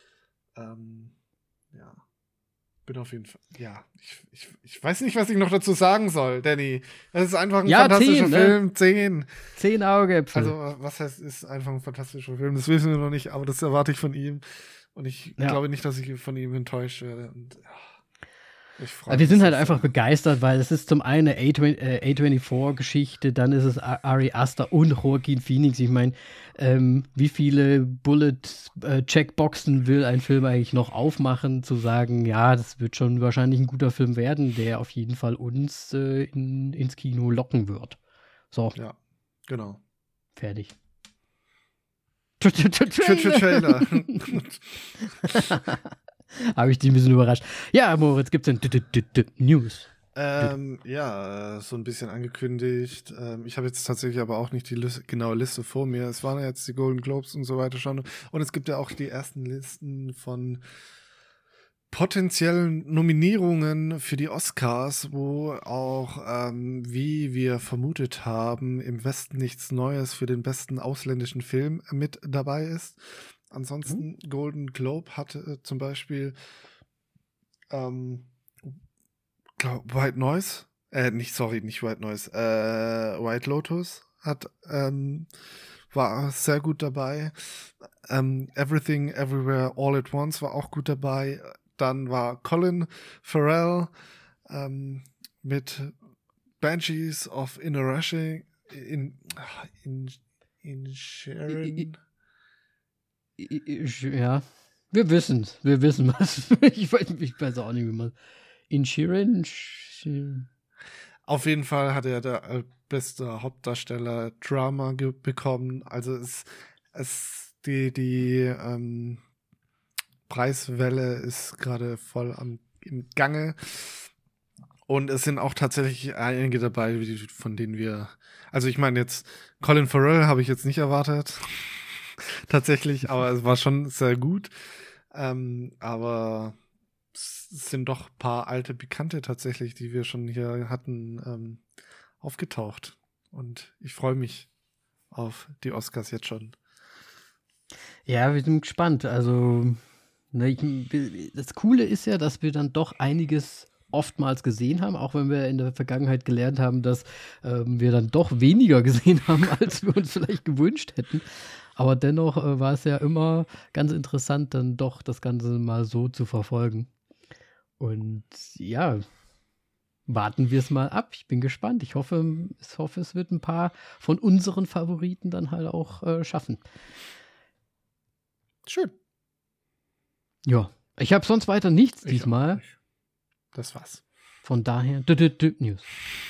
Ja. Bin auf jeden Fall. Ja, ich weiß nicht, was ich noch dazu sagen soll, Danny. Es ist einfach ein fantastischer Film. 10. 10 Augäpfel. Also, was heißt, ist einfach ein fantastischer Film? Das wissen wir noch nicht, aber das erwarte ich von ihm. Und ich glaube nicht, dass ich von ihm enttäuscht werde. Und wir sind halt einfach begeistert, weil es ist zum einen eine A24-Geschichte, dann ist es Ari Aster und Joaquin Phoenix. Ich meine, wie viele Bullet-Checkboxen will ein Film eigentlich noch aufmachen, zu sagen, ja, das wird schon wahrscheinlich ein guter Film werden, der auf jeden Fall uns ins Kino locken wird. So. Ja, genau. Fertig. Trailer. Habe ich dich ein bisschen überrascht. Ja, Moritz, gibt's denn News? Ja, so ein bisschen angekündigt. Ich habe jetzt tatsächlich aber auch nicht die genaue Liste vor mir. Es waren ja jetzt die Golden Globes und so weiter schon. Und es gibt ja auch die ersten Listen von potenziellen Nominierungen für die Oscars, wo auch, wie wir vermutet haben, im Westen nichts Neues für den besten ausländischen Film mit dabei ist. Ansonsten, Golden Globe hatte zum Beispiel White Noise, nicht White Noise, White Lotus war sehr gut dabei. Everything Everywhere All at Once war auch gut dabei. Dann war Colin Farrell mit Banshees of Inisherin in Ja, wir wissen was. Ich weiß auch nicht, wie man. Inisherin. Auf jeden Fall hat er der beste Hauptdarsteller Drama bekommen. Also die Preiswelle ist gerade voll im Gange. Und es sind auch tatsächlich einige dabei, von denen wir, also ich meine jetzt, Colin Farrell habe ich jetzt nicht erwartet. Tatsächlich, aber es war schon sehr gut. Aber es sind doch ein paar alte Bekannte tatsächlich, die wir schon hier hatten, aufgetaucht. Und ich freue mich auf die Oscars jetzt schon. Ja, wir sind gespannt. Also, das Coole ist ja, dass wir dann doch einiges oftmals gesehen haben, auch wenn wir in der Vergangenheit gelernt haben, dass wir dann doch weniger gesehen haben, als wir uns vielleicht gewünscht hätten. Aber dennoch war es ja immer ganz interessant, dann doch das Ganze mal so zu verfolgen. Und ja, warten wir es mal ab. Ich bin gespannt. Ich hoffe, es wird ein paar von unseren Favoriten dann halt auch schaffen. Schön. Ja, ich habe sonst weiter nichts diesmal. Nicht. Das war's. Von daher, News.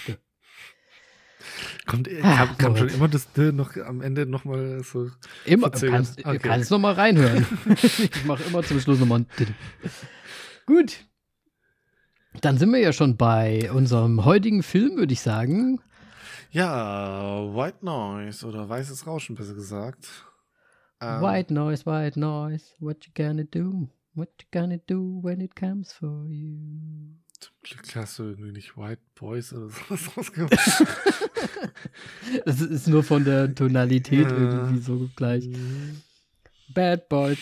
Kam schon immer das noch am Ende nochmal so. Immer, kannst noch mal reinhören. Ich mache immer zum Schluss nochmal ein Gut. Dann sind wir ja schon bei unserem heutigen Film, würde ich sagen. Ja, White Noise oder Weißes Rauschen, besser gesagt. White Noise, what you gonna do? What you gonna do when it comes for you? Zum Glück hast du irgendwie nicht White Boys oder sowas rausgemacht. Das ist nur von der Tonalität irgendwie so gleich. Bad Boys.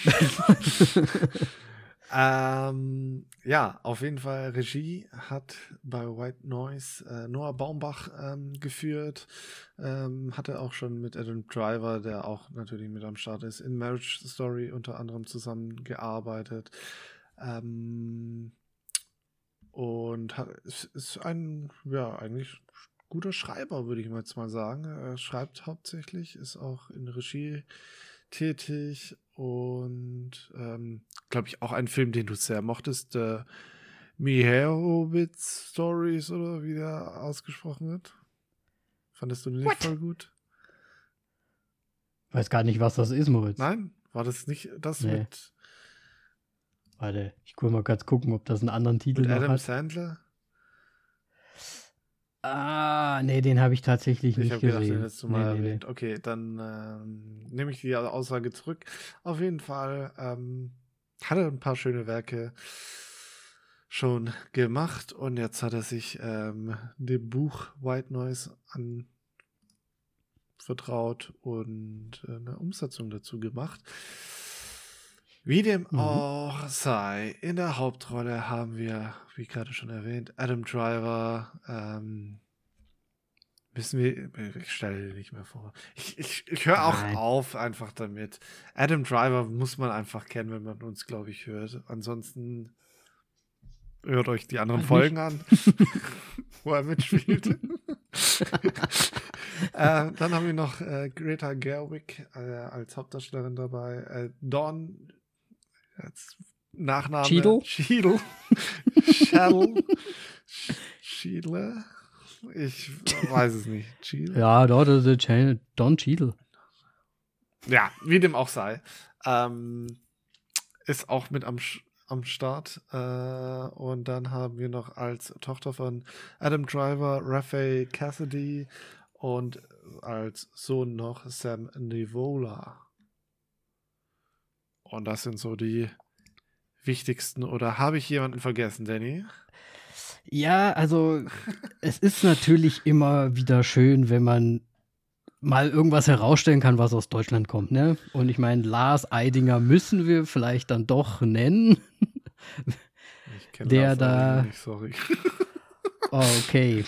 Ja, auf jeden Fall Regie hat bei White Noise Noah Baumbach geführt. Hatte auch schon mit Adam Driver, der auch natürlich mit am Start ist, in Marriage Story unter anderem zusammengearbeitet. Und ist ein, ja, eigentlich guter Schreiber, würde ich jetzt mal sagen. Er schreibt hauptsächlich, ist auch in Regie tätig und glaube ich auch ein Film, den du sehr mochtest, Meyerowitz Stories oder wie der ausgesprochen wird. Fandest du den nicht voll gut? Weiß gar nicht, was das ist, Moritz. Nein? War das nicht das Nee. mit... Warte, ich will mal kurz gucken, ob das einen anderen Titel mit noch Adam hat. Sandler? Nee, den habe ich tatsächlich Ich nicht habe gedacht, gesehen. den hättest du mal erwähnt. Okay, dann nehme ich die Aussage zurück. Auf jeden Fall hat er ein paar schöne Werke schon gemacht und jetzt hat er sich dem Buch White Noise anvertraut und eine Umsetzung dazu gemacht. Wie dem auch sei, in der Hauptrolle haben wir, wie gerade schon erwähnt, Adam Driver. Ich stelle dir nicht mehr vor. Ich höre auch auf einfach damit. Adam Driver muss man einfach kennen, wenn man uns, glaube ich, hört. Ansonsten hört euch die anderen Folgen an, wo er mitspielt. Dann haben wir noch Greta Gerwig als Hauptdarstellerin dabei. Dawn Nachname Cheadle. Cheadle. Ich weiß es nicht. Cheadle? Ja, dort ist der Don Cheadle. Ja, wie dem auch sei. Ist auch mit am Start. Und dann haben wir noch als Tochter von Adam Driver Rafe Cassidy und als Sohn noch Sam Nivola. Und das sind so die wichtigsten. Oder habe ich jemanden vergessen, Danny? Ja, also es ist natürlich immer wieder schön, wenn man mal irgendwas herausstellen kann, was aus Deutschland kommt, ne? Und ich meine, Lars Eidinger müssen wir vielleicht dann doch nennen. Ich kenne Lars Eidinger nicht, sorry. Okay.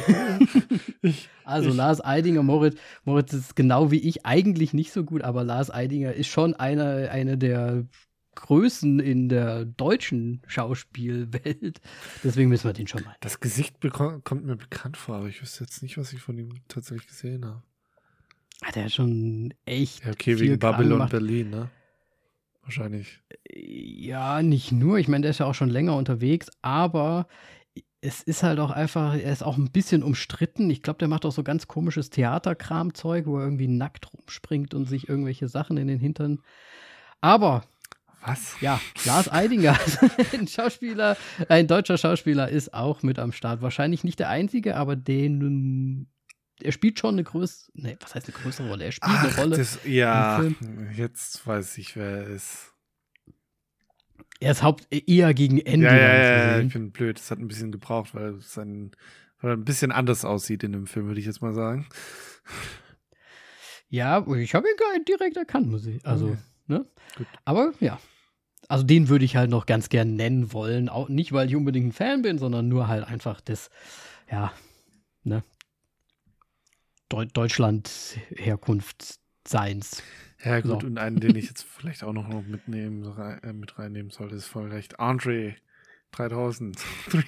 Also Lars Eidinger, Moritz ist genau wie ich eigentlich nicht so gut, aber Lars Eidinger ist schon eine der Größen in der deutschen Schauspielwelt. Deswegen müssen wir den schon mal. Das Gesicht kommt mir bekannt vor, aber ich wüsste jetzt nicht, was ich von ihm tatsächlich gesehen habe. Der hat schon echt. Ja, okay, wegen Babylon Berlin, ne? Wahrscheinlich. Ja, nicht nur. Ich meine, der ist ja auch schon länger unterwegs, aber es ist halt auch einfach, er ist auch ein bisschen umstritten. Ich glaube, der macht auch so ganz komisches Theaterkram-Zeug, wo er irgendwie nackt rumspringt und sich irgendwelche Sachen in den Hintern. Aber was? Ja, Lars Eidinger, ein deutscher Schauspieler, ist auch mit am Start. Wahrscheinlich nicht der einzige, aber er spielt schon eine größere, was heißt eine größere Rolle? Er spielt eine Rolle. Ja, jetzt weiß ich, wer er ist. Er ist eher gegen Ende. Ja, ich bin blöd. Es hat ein bisschen gebraucht, weil er ein bisschen anders aussieht in dem Film, würde ich jetzt mal sagen. Ja, ich habe ihn gar nicht direkt erkannt, muss ich. Also, okay. Ne? Gut. Aber ja. Also den würde ich halt noch ganz gern nennen wollen. Auch nicht, weil ich unbedingt ein Fan bin, sondern nur halt einfach des, ja, ne, Deutschland-Herkunft-Seins. Ja, gut, so. Und einen, den ich jetzt vielleicht auch noch mit reinnehmen sollte, ist voll recht. Andre 3000.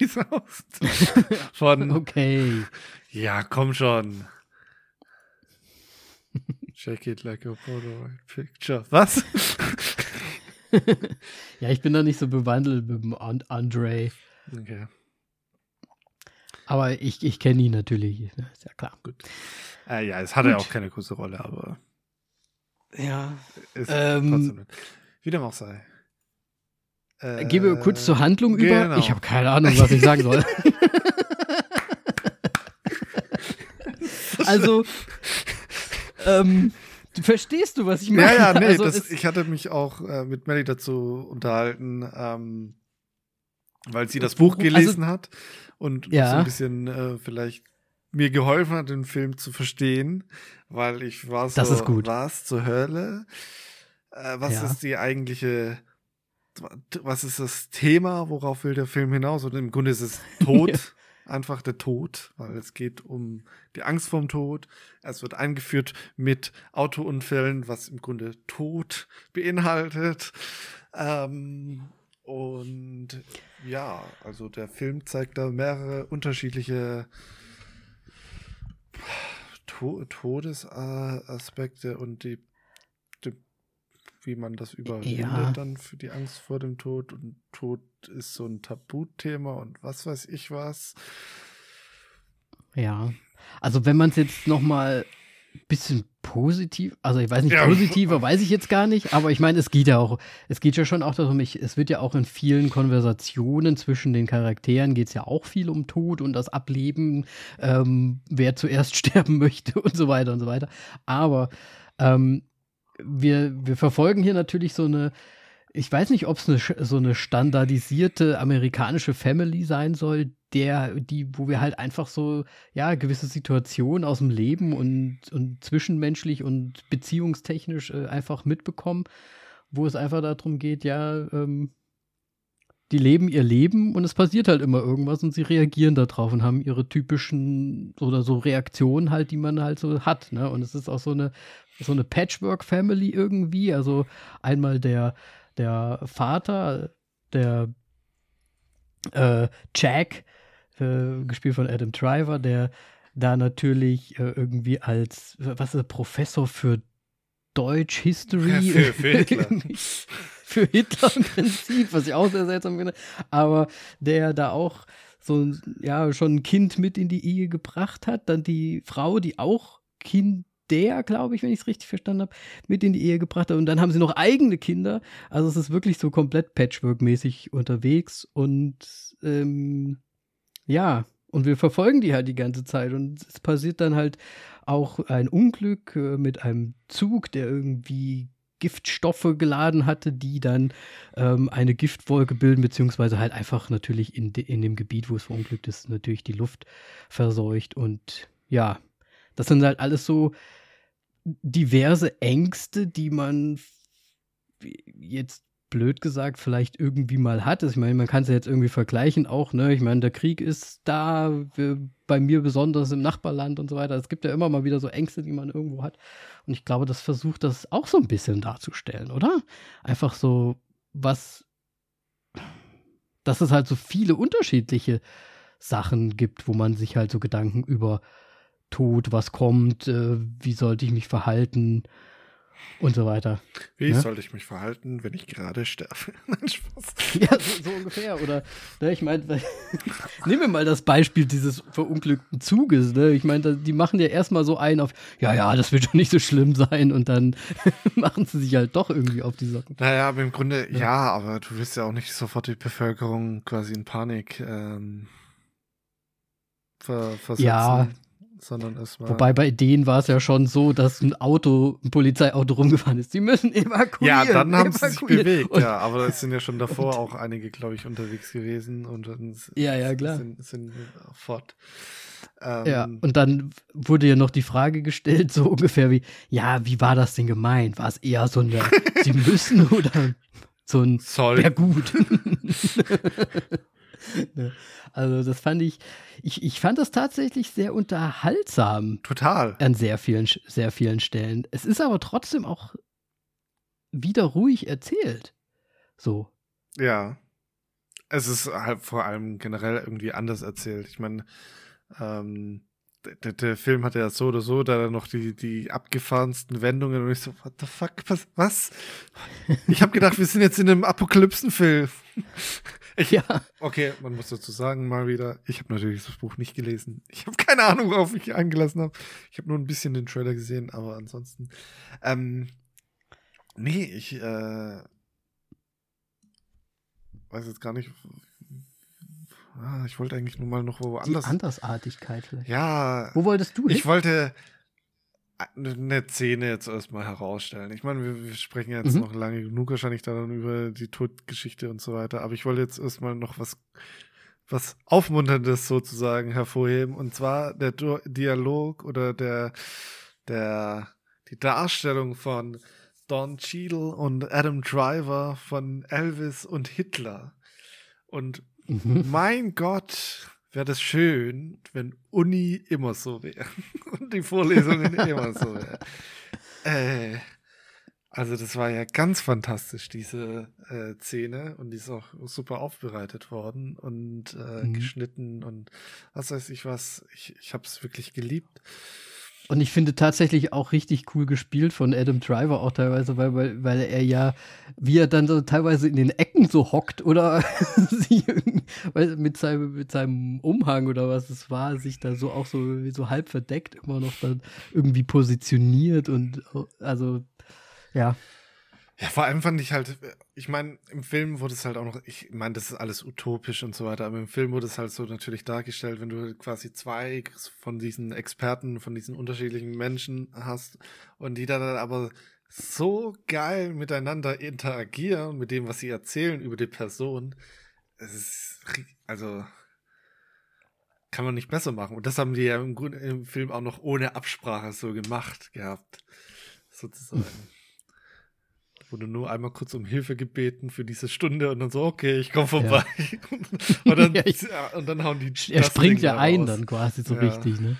Von. Okay. Ja, komm schon. Check it like a Polaroid picture. Was? Ja, ich bin da nicht so bewandelt mit dem Andre. Okay. Aber ich kenne ihn natürlich, ist ja klar. Gut. Ja, es hatte ja auch keine große Rolle, aber. Ja. Ist trotzdem nicht. Wie dem auch sei. Gehen wir kurz zur Handlung über. Genau. Ich habe keine Ahnung, was ich sagen soll. Also, verstehst du, was ich meine? Ja, nee, also ich hatte mich auch mit Melly dazu unterhalten, weil sie das Buch gelesen hat und so ein bisschen vielleicht mir geholfen hat, den Film zu verstehen, weil ich war so, das ist gut. Was zur Hölle? Was ist die eigentliche, was ist das Thema, worauf will der Film hinaus? Und im Grunde ist es Tod, einfach der Tod, weil es geht um die Angst vorm Tod. Es wird eingeführt mit Autounfällen, was im Grunde Tod beinhaltet. Und ja, also der Film zeigt da mehrere unterschiedliche Todesaspekte und wie man das überwindet dann für die Angst vor dem Tod. Und Tod ist so ein Tabuthema und was weiß ich was. Ja, also wenn man es jetzt noch mal ein bisschen positiv, also ich weiß nicht, positiver weiß ich jetzt gar nicht, aber ich meine, es geht ja schon auch darum, es wird ja auch in vielen Konversationen zwischen den Charakteren geht es ja auch viel um Tod und das Ableben, wer zuerst sterben möchte und so weiter und so weiter. Aber wir verfolgen hier natürlich so eine, ich weiß nicht, ob es so eine standardisierte amerikanische Family sein soll, wo wir halt einfach so, ja, gewisse Situationen aus dem Leben und zwischenmenschlich und beziehungstechnisch einfach mitbekommen, wo es einfach darum geht, die leben ihr Leben und es passiert halt immer irgendwas und sie reagieren darauf und haben ihre typischen oder so Reaktionen halt, die man halt so hat, ne? Und es ist auch so eine Patchwork-Family irgendwie, also einmal der Vater, der Jack, gespielt von Adam Driver, der da natürlich irgendwie als, was ist er, Professor für Deutsch, History. Ja, für Hitler. Für Hitler im Prinzip, was ich auch sehr seltsam finde. Aber der da auch so schon ein Kind mit in die Ehe gebracht hat. Dann die Frau, die auch Kinder, glaube ich, wenn ich es richtig verstanden habe, mit in die Ehe gebracht hat. Und dann haben sie noch eigene Kinder. Also es ist wirklich so komplett Patchwork-mäßig unterwegs. Und und wir verfolgen die halt die ganze Zeit. Und es passiert dann halt auch ein Unglück mit einem Zug, der irgendwie Giftstoffe geladen hatte, die dann eine Giftwolke bilden, beziehungsweise halt einfach natürlich in dem Gebiet, wo es verunglückt ist, natürlich die Luft verseucht. Und ja, das sind halt alles so diverse Ängste, die man jetzt blöd gesagt vielleicht irgendwie mal hat. Ich meine, man kann es ja jetzt irgendwie vergleichen auch, ne? Ich meine, der Krieg ist da, bei mir besonders im Nachbarland und so weiter. Es gibt ja immer mal wieder so Ängste, die man irgendwo hat. Und ich glaube, das versucht das auch so ein bisschen darzustellen, oder? Einfach so, dass es halt so viele unterschiedliche Sachen gibt, wo man sich halt so Gedanken über Tod, was kommt, wie sollte ich mich verhalten und so weiter. Wie sollte ich mich verhalten, wenn ich gerade sterbe? Nein, Spaß. Ja, so ungefähr. Oder, ne, ich meine, nehmen wir mal das Beispiel dieses verunglückten Zuges. Ne? Ich meine, die machen ja erstmal so einen auf, ja, das wird schon nicht so schlimm sein und dann machen sie sich halt doch irgendwie auf die Socken. Naja, aber im Grunde, ja, aber du willst ja auch nicht sofort die Bevölkerung quasi in Panik versetzen. Ja. Sondern erstmal. Wobei bei denen war es ja schon so, dass ein Polizeiauto rumgefahren ist. Sie müssen evakuieren. Ja, dann haben sie sich bewegt, ja. Aber es sind ja schon davor auch einige, glaube ich, unterwegs gewesen und dann klar. sind fort. Und dann wurde ja noch die Frage gestellt, so ungefähr wie, wie war das denn gemeint? War es eher so eine, sie müssen oder so ein wäre gut. Also das fand ich fand das tatsächlich sehr unterhaltsam. Total. An sehr vielen Stellen. Es ist aber trotzdem auch wieder ruhig erzählt. So. Ja. Es ist halt vor allem generell irgendwie anders erzählt. Ich meine, der Film hat ja so oder so da noch die abgefahrensten Wendungen und ich so, what the fuck, was? Ich habe gedacht, wir sind jetzt in einem Apokalypsenfilm. Ja. Okay, man muss dazu sagen, mal wieder, ich habe natürlich das Buch nicht gelesen. Ich habe keine Ahnung, worauf ich eingelassen habe. Ich habe nur ein bisschen den Trailer gesehen, aber ansonsten nee, ich weiß jetzt gar nicht. Ich wollte eigentlich nur mal noch woanders. Die Andersartigkeit vielleicht. Ja. Wo wolltest du hin? Ich wollte eine Szene jetzt erstmal herausstellen. Ich meine, wir sprechen jetzt noch lange genug wahrscheinlich dann über die Todgeschichte und so weiter, aber ich wollte jetzt erstmal noch was Aufmunterndes sozusagen hervorheben, und zwar der Dialog oder die Darstellung von Don Cheadle und Adam Driver von Elvis und Hitler. Und mein Gott, wäre das schön, wenn Uni immer so wäre und die Vorlesungen immer so wären. Also das war ja ganz fantastisch, diese Szene, und die ist auch super aufbereitet worden und geschnitten und was weiß ich was. Ich habe es wirklich geliebt. Und ich finde tatsächlich auch richtig cool gespielt von Adam Driver auch teilweise, weil er ja, wie er dann so teilweise in den Ecken so hockt oder mit seinem Umhang oder was es war, sich da so auch so halb verdeckt immer noch dann irgendwie positioniert und also, ja. Ja, vor allem fand ich halt, ich meine, im Film wurde es halt auch noch, ich meine, das ist alles utopisch und so weiter, aber im Film wurde es halt so natürlich dargestellt, wenn du quasi zwei von diesen Experten, von diesen unterschiedlichen Menschen hast und die dann aber so geil miteinander interagieren mit dem, was sie erzählen über die Person. Es ist, also, kann man nicht besser machen. Und das haben die ja im Grunde im Film auch noch ohne Absprache so gemacht gehabt, sozusagen. Wurde nur einmal kurz um Hilfe gebeten für diese Stunde und dann so, okay, ich komme vorbei. Ja. und dann hauen die. Er springt ja ein dann quasi so richtig, ne?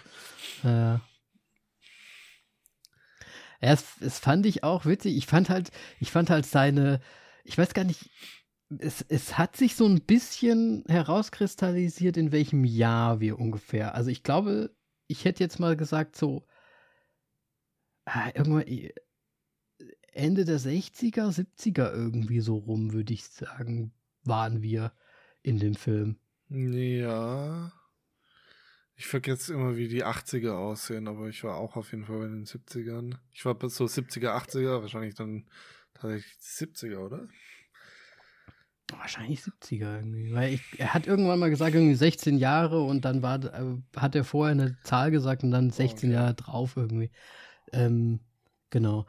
Es fand ich auch witzig. Ich fand halt seine, ich weiß gar nicht, es hat sich so ein bisschen herauskristallisiert, in welchem Jahr wir ungefähr. Also ich glaube, ich hätte jetzt mal gesagt, so irgendwann Ende der 60er, 70er irgendwie so rum, würde ich sagen, waren wir in dem Film. Ja. Ich vergesse immer, wie die 80er aussehen, aber ich war auch auf jeden Fall in den 70ern. Ich war bis so 70er, 80er, wahrscheinlich dann tatsächlich 70er, oder? Wahrscheinlich 70er irgendwie. Weil er hat irgendwann mal gesagt, irgendwie 16 Jahre und dann hat er vorher eine Zahl gesagt und dann 16 Jahre drauf irgendwie. Genau.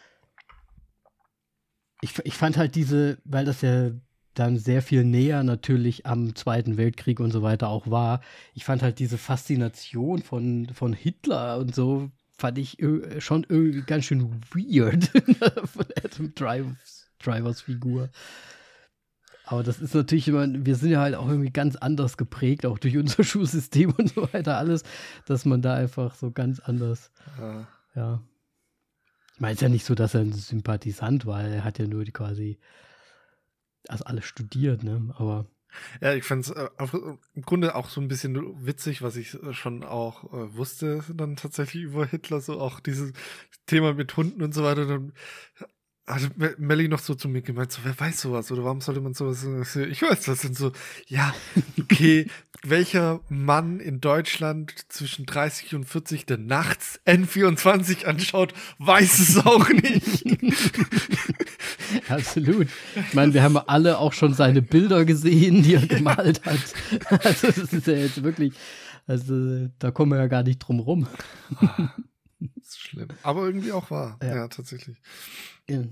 Ich fand halt weil das ja dann sehr viel näher natürlich am Zweiten Weltkrieg und so weiter auch war. Ich fand halt diese Faszination von Hitler und so, fand ich schon irgendwie ganz schön weird von Adam Drivers Figur. Aber das ist natürlich immer, wir sind ja halt auch irgendwie ganz anders geprägt, auch durch unser Schulsystem und so weiter, alles, dass man da einfach so ganz anders, ja. Ich meine, es ist ja nicht so, dass er ein Sympathisant war, er hat ja nur alles studiert, ne, aber. Ja, ich fand es im Grunde auch so ein bisschen witzig, was ich schon auch wusste, dann tatsächlich über Hitler, so auch dieses Thema mit Hunden und so weiter. Dann hat Melly noch so zu mir gemeint, so, wer weiß sowas oder warum sollte man sowas? Ich weiß das. Und so, ja, okay, welcher Mann in Deutschland zwischen 30 und 40, der nachts N24 anschaut, weiß es auch nicht. Absolut. Ich meine, wir haben alle auch schon seine Bilder gesehen, die er gemalt hat. Also das ist ja jetzt wirklich, also da kommen wir ja gar nicht drum rum. Das ist schlimm. Aber irgendwie auch wahr. Ja, tatsächlich. Ja.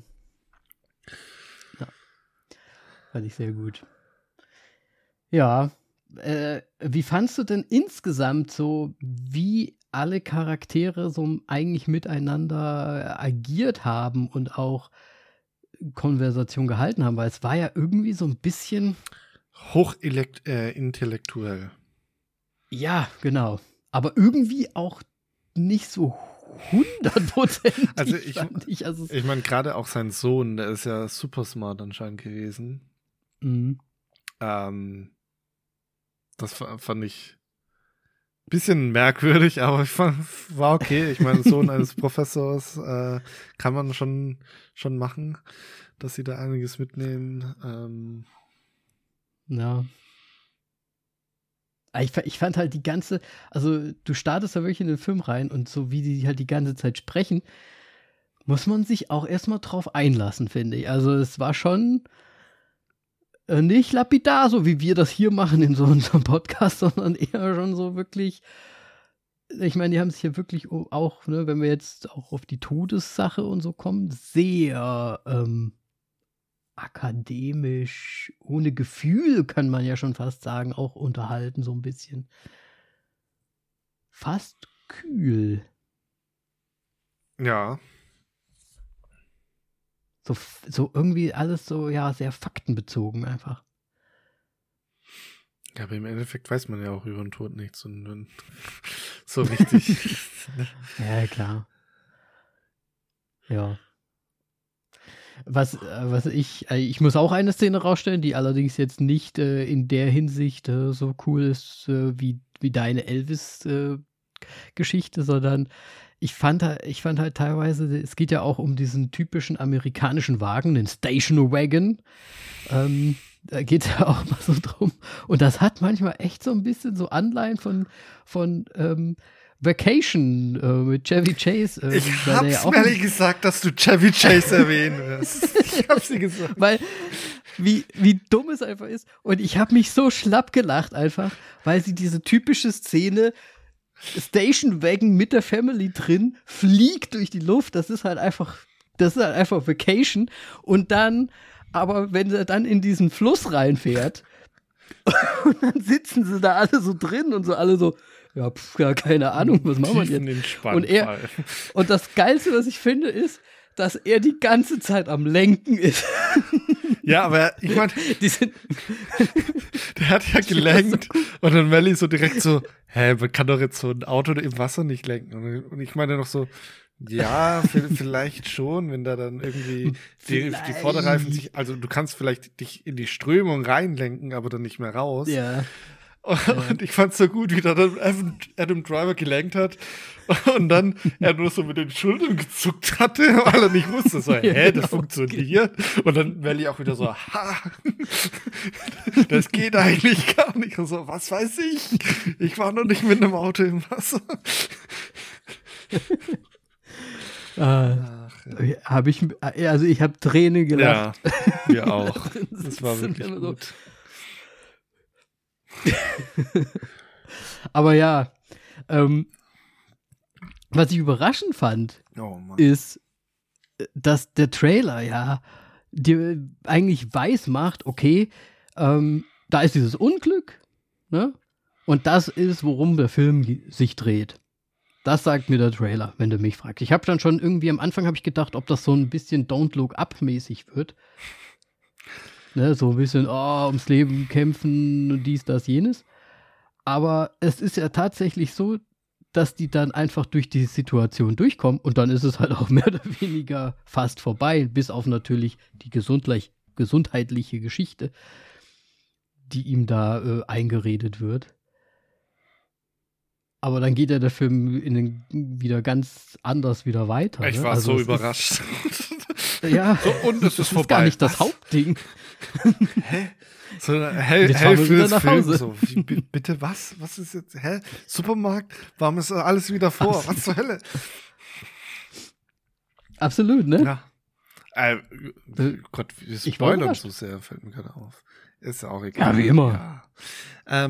Fand ich sehr gut. Ja, wie fandst du denn insgesamt so, wie alle Charaktere so eigentlich miteinander agiert haben und auch Konversation gehalten haben, weil es war ja irgendwie so ein bisschen hochintellektuell. Ja, genau. Aber irgendwie auch nicht so 100%. Also ich meine, gerade auch sein Sohn, der ist ja super smart anscheinend gewesen. Mhm. Das fand ich ein bisschen merkwürdig, aber war okay. Ich meine, Sohn eines Professors kann man schon machen, dass sie da einiges mitnehmen. Ja. Ich fand halt also du startest da wirklich in den Film rein und so wie die halt die ganze Zeit sprechen, muss man sich auch erstmal drauf einlassen, finde ich. Also es war schon nicht lapidar, so wie wir das hier machen in so unserem Podcast, sondern eher schon so wirklich, ich meine, die haben sich ja wirklich auch, ne, wenn wir jetzt auch auf die Todessache und so kommen, sehr akademisch, ohne Gefühl, kann man ja schon fast sagen, auch unterhalten, so ein bisschen. Fast kühl. Ja. So irgendwie alles so, ja, sehr faktenbezogen einfach. Ja, aber im Endeffekt weiß man ja auch über den Tod nichts und so richtig. Ja, klar. Ja. Was ich muss auch eine Szene rausstellen, die allerdings jetzt nicht in der Hinsicht so cool ist wie deine Elvis-Geschichte, sondern ich fand halt teilweise, es geht ja auch um diesen typischen amerikanischen Wagen, den Station Wagon. Da geht es ja auch mal so drum. Und das hat manchmal echt so ein bisschen so Anleihen von Vacation mit Chevy Chase. Ich hab's mir ehrlich gesagt, dass du Chevy Chase erwähnen wirst. Ich hab's dir gesagt. Weil, wie dumm es einfach ist. Und ich habe mich so schlapp gelacht einfach, weil sie diese typische Szene Station Wagon mit der Family drin fliegt durch die Luft. Das ist halt einfach Vacation. Und dann, aber wenn er dann in diesen Fluss reinfährt und dann sitzen sie da alle so drin und so alle so, ja, keine Ahnung, was machen wir jetzt? Und das Geilste, was ich finde, ist, dass er die ganze Zeit am Lenken ist. Ja, aber ich meine, der hat ja gelenkt und dann Melly so direkt so, man kann doch jetzt so ein Auto im Wasser nicht lenken. Und ich meine noch so, ja, vielleicht schon, wenn da dann irgendwie die Vorderreifen sich, also du kannst vielleicht dich in die Strömung reinlenken, aber dann nicht mehr raus. Ja. Und ich fand's so gut, wie da dann Adam Driver gelenkt hat und dann er nur so mit den Schultern gezuckt hatte, weil er nicht wusste, so, das funktioniert. Und dann Melly auch wieder so, das geht eigentlich gar nicht. Und so, was weiß ich? Ich war noch nicht mit einem Auto im Wasser. Ich habe Tränen gelacht. Ja, wir auch. Das war wirklich gut. Aber ja, was ich überraschend fand, ist, dass der Trailer ja dir eigentlich weiß macht, okay, da ist dieses Unglück, ne? Und das ist, worum der Film sich dreht. Das sagt mir der Trailer, wenn du mich fragst. Ich habe dann schon irgendwie am Anfang habe ich gedacht, ob das so ein bisschen Don't Look Up mäßig wird. Ne, so ein bisschen, ums Leben kämpfen, dies, das, jenes. Aber es ist ja tatsächlich so, dass die dann einfach durch die Situation durchkommen und dann ist es halt auch mehr oder weniger fast vorbei, bis auf natürlich die gesundheitliche Geschichte, die ihm da eingeredet wird. Aber dann geht ja der Film wieder ganz anders wieder weiter. Ich war so überrascht. Ja, so, und es ist vorbei. Ist gar nicht das Hauptding. Hä? So Hälfte des Films. So, bitte was? Was ist jetzt? Hä? Supermarkt? Warum ist alles wieder vor? Absolut. Was zur Hölle? Absolut, ne? Ja. Gott, wir spoilern so sehr, fällt mir gerade auf. Ist ja auch egal. Ja, wie immer. Ja.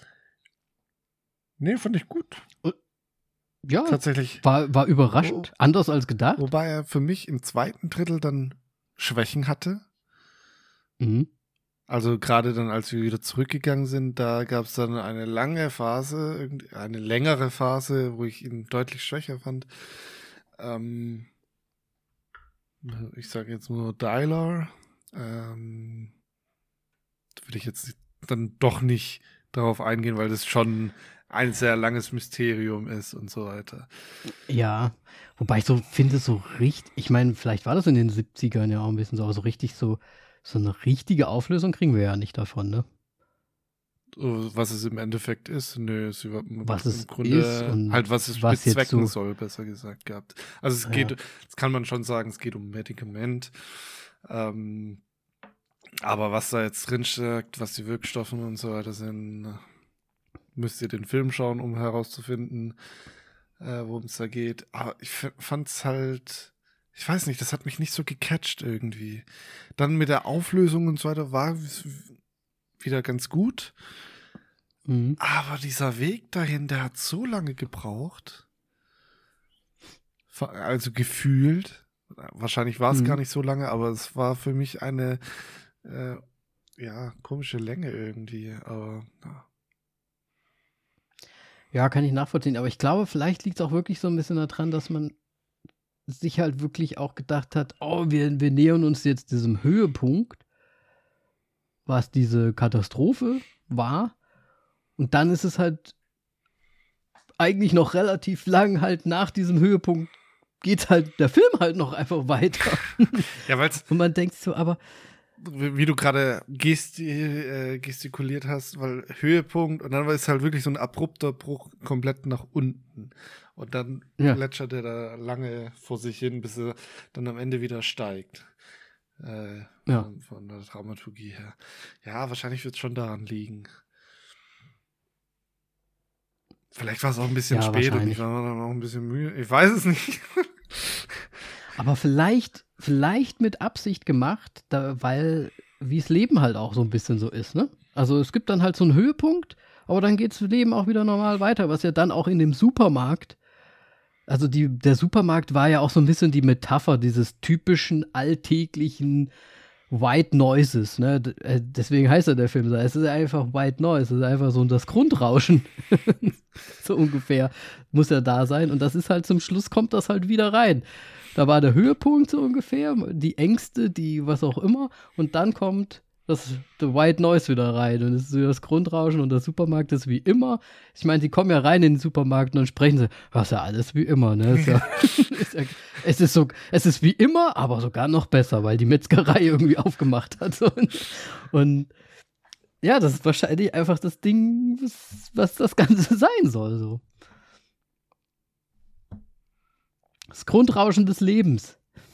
Nee, fand ich gut. Ja, tatsächlich. War überraschend, anders als gedacht. Wobei er für mich im zweiten Drittel dann Schwächen hatte. Mhm. Also gerade dann, als wir wieder zurückgegangen sind, da gab es dann eine längere Phase, wo ich ihn deutlich schwächer fand. Ich sage jetzt nur Dylar. Da würde ich jetzt dann doch nicht darauf eingehen, weil das schon ein sehr langes Mysterium ist und so weiter. Ja, wobei ich so finde, so richtig, ich meine, vielleicht war das in den 70ern ja auch ein bisschen so, aber so richtig so eine richtige Auflösung kriegen wir ja nicht davon, ne? Was es im Endeffekt ist, was im es Grunde ist und halt, was es was bezwecken so, soll, besser gesagt gehabt. Also es geht, das kann man schon sagen, es geht um ein Medikament. Aber was da jetzt drin steckt, was die Wirkstoffe und so weiter sind, müsst ihr den Film schauen, um herauszufinden, worum es da geht. Aber ich fand's halt, ich weiß nicht, das hat mich nicht so gecatcht irgendwie. Dann mit der Auflösung und so weiter war es wieder ganz gut. Mhm. Aber dieser Weg dahin, der hat so lange gebraucht. Also gefühlt. Wahrscheinlich war es gar nicht so lange, aber es war für mich eine komische Länge irgendwie. Aber ja, kann ich nachvollziehen. Aber ich glaube, vielleicht liegt es auch wirklich so ein bisschen daran, dass man sich halt wirklich auch gedacht hat, oh, wir nähern uns jetzt diesem Höhepunkt, was diese Katastrophe war. Und dann ist es halt eigentlich noch relativ lang halt nach diesem Höhepunkt geht halt der Film halt noch einfach weiter. Ja, weil's und man denkt so, aber wie du gerade gestikuliert hast, weil Höhepunkt und dann war es halt wirklich so ein abrupter Bruch komplett nach unten. Und dann plätschert er da lange vor sich hin, bis er dann am Ende wieder steigt. Von der Dramaturgie her. Ja, wahrscheinlich wird es schon daran liegen. Vielleicht war es auch ein bisschen spät und ich war dann auch ein bisschen müde. Ich weiß es nicht. Aber vielleicht mit Absicht gemacht, weil wie das Leben halt auch so ein bisschen so ist, ne? Also es gibt dann halt so einen Höhepunkt, aber dann geht das Leben auch wieder normal weiter, was ja dann auch in dem Supermarkt, also der Supermarkt war ja auch so ein bisschen die Metapher dieses typischen alltäglichen White Noises, ne? Deswegen heißt ja der Film so. Es ist einfach White Noise, es ist einfach so das Grundrauschen. So ungefähr muss ja da sein. Und das ist halt zum Schluss, kommt das halt wieder rein. Da war der Höhepunkt so ungefähr, die Ängste, die was auch immer. Und dann kommt der White Noise wieder rein. Und es ist so das Grundrauschen und der Supermarkt ist wie immer. Ich meine, sie kommen ja rein in den Supermarkt und dann sprechen sie, das ist ja alles wie immer, ne? Es ist wie immer, aber sogar noch besser, weil die Metzgerei irgendwie aufgemacht hat. Und ja, das ist wahrscheinlich einfach das Ding, was das Ganze sein soll. So. Das Grundrauschen des Lebens.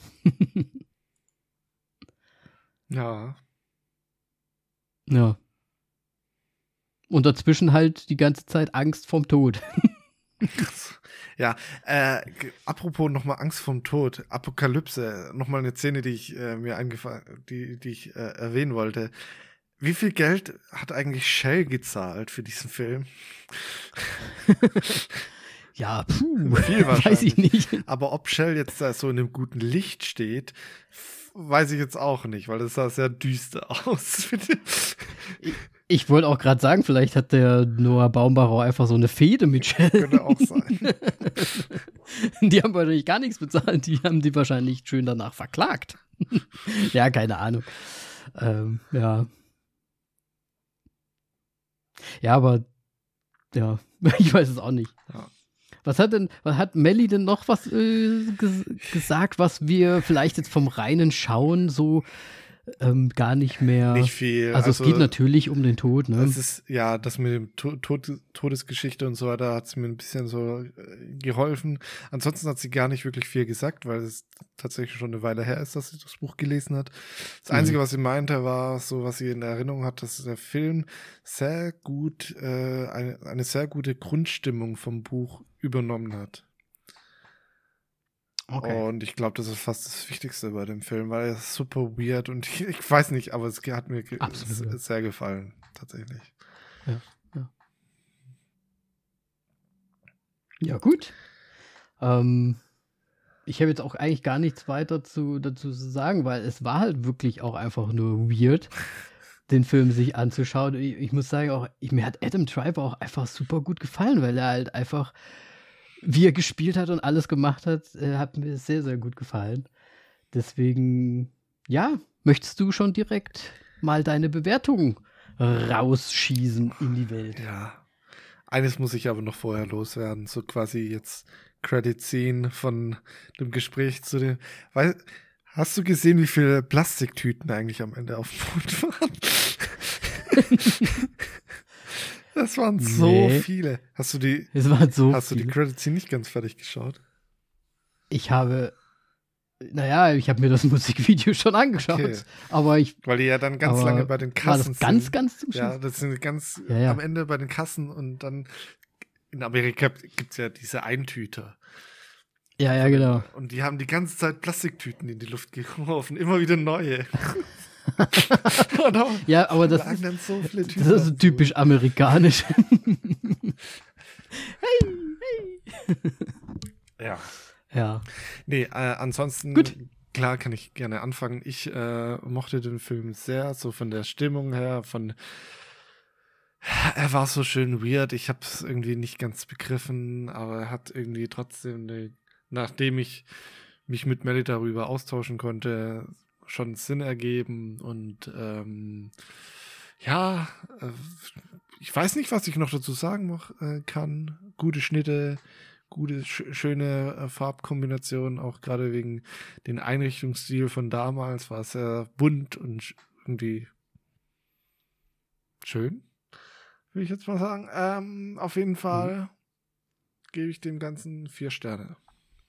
Ja. Ja. Und dazwischen halt die ganze Zeit Angst vorm Tod. Ja, apropos nochmal Angst vorm Tod, Apokalypse, nochmal eine Szene, die ich mir eingefallen, die ich erwähnen wollte. Wie viel Geld hat eigentlich Shell gezahlt für diesen Film? Ja, viel wahrscheinlich. Weiß ich nicht. Aber ob Shell jetzt da so in einem guten Licht steht, weiß ich jetzt auch nicht, weil das sah sehr düster aus. Ich wollte auch gerade sagen, vielleicht hat der Noah Baumbach einfach so eine Fehde mit Shell. Könnte auch sein. Die haben wahrscheinlich gar nichts bezahlt, die haben die wahrscheinlich schön danach verklagt. Ja, keine Ahnung. Ja. Ja, aber ja, ich weiß es auch nicht. Ja. Was hat Melly denn noch was gesagt, was wir vielleicht jetzt vom reinen Schauen so gar nicht mehr. Nicht viel. Also es geht natürlich um den Tod, ne? Es ist, ja, das mit dem Todesgeschichte und so weiter hat sie mir ein bisschen so geholfen. Ansonsten hat sie gar nicht wirklich viel gesagt, weil es tatsächlich schon eine Weile her ist, dass sie das Buch gelesen hat. Das Einzige, was sie meinte, war so, was sie in Erinnerung hat, dass der Film sehr gut, eine sehr gute Grundstimmung vom Buch übernommen hat. Okay. Und ich glaube, das ist fast das Wichtigste bei dem Film, weil er ist super weird und ich weiß nicht, aber es hat mir sehr gefallen, tatsächlich. Ja. Ja, gut. Ich habe jetzt auch eigentlich gar nichts weiter dazu zu sagen, weil es war halt wirklich auch einfach nur weird, den Film sich anzuschauen. Ich muss sagen, auch mir hat Adam Driver auch einfach super gut gefallen, weil er halt einfach, wie er gespielt hat und alles gemacht hat, hat mir sehr, sehr gut gefallen. Deswegen, ja, möchtest du schon direkt mal deine Bewertung rausschießen in die Welt? Ja. Eines muss ich aber noch vorher loswerden, so quasi jetzt Credit ziehen von dem Gespräch zu dem. Hast du gesehen, wie viele Plastiktüten eigentlich am Ende auf dem Boot waren? Das waren so viele. Hast du die Credit Scene nicht ganz fertig geschaut? Ich habe mir das Musikvideo schon angeschaut. Okay. Aber weil die ja dann ganz lange bei den Kassen sind. Ganz zum Schluss? Ja, das sind ganz am Ende bei den Kassen und dann in Amerika gibt es ja diese Eintüter. Ja, genau. Und die haben die ganze Zeit Plastiktüten in die Luft geworfen, immer wieder neue. Ja, aber das ist typisch amerikanisch. Hey. Ja. Nee, ansonsten, klar kann ich gerne anfangen. Ich mochte den Film sehr, so von der Stimmung her, er war so schön weird, ich habe es irgendwie nicht ganz begriffen, aber er hat irgendwie trotzdem, nachdem ich mich mit Melly darüber austauschen konnte, schon Sinn ergeben und ich weiß nicht, was ich noch dazu sagen kann. Gute Schnitte, gute, schöne Farbkombination, auch gerade wegen den Einrichtungsstil von damals, war sehr bunt und irgendwie schön, will ich jetzt mal sagen. Auf jeden Fall gebe ich dem Ganzen 4 Sterne.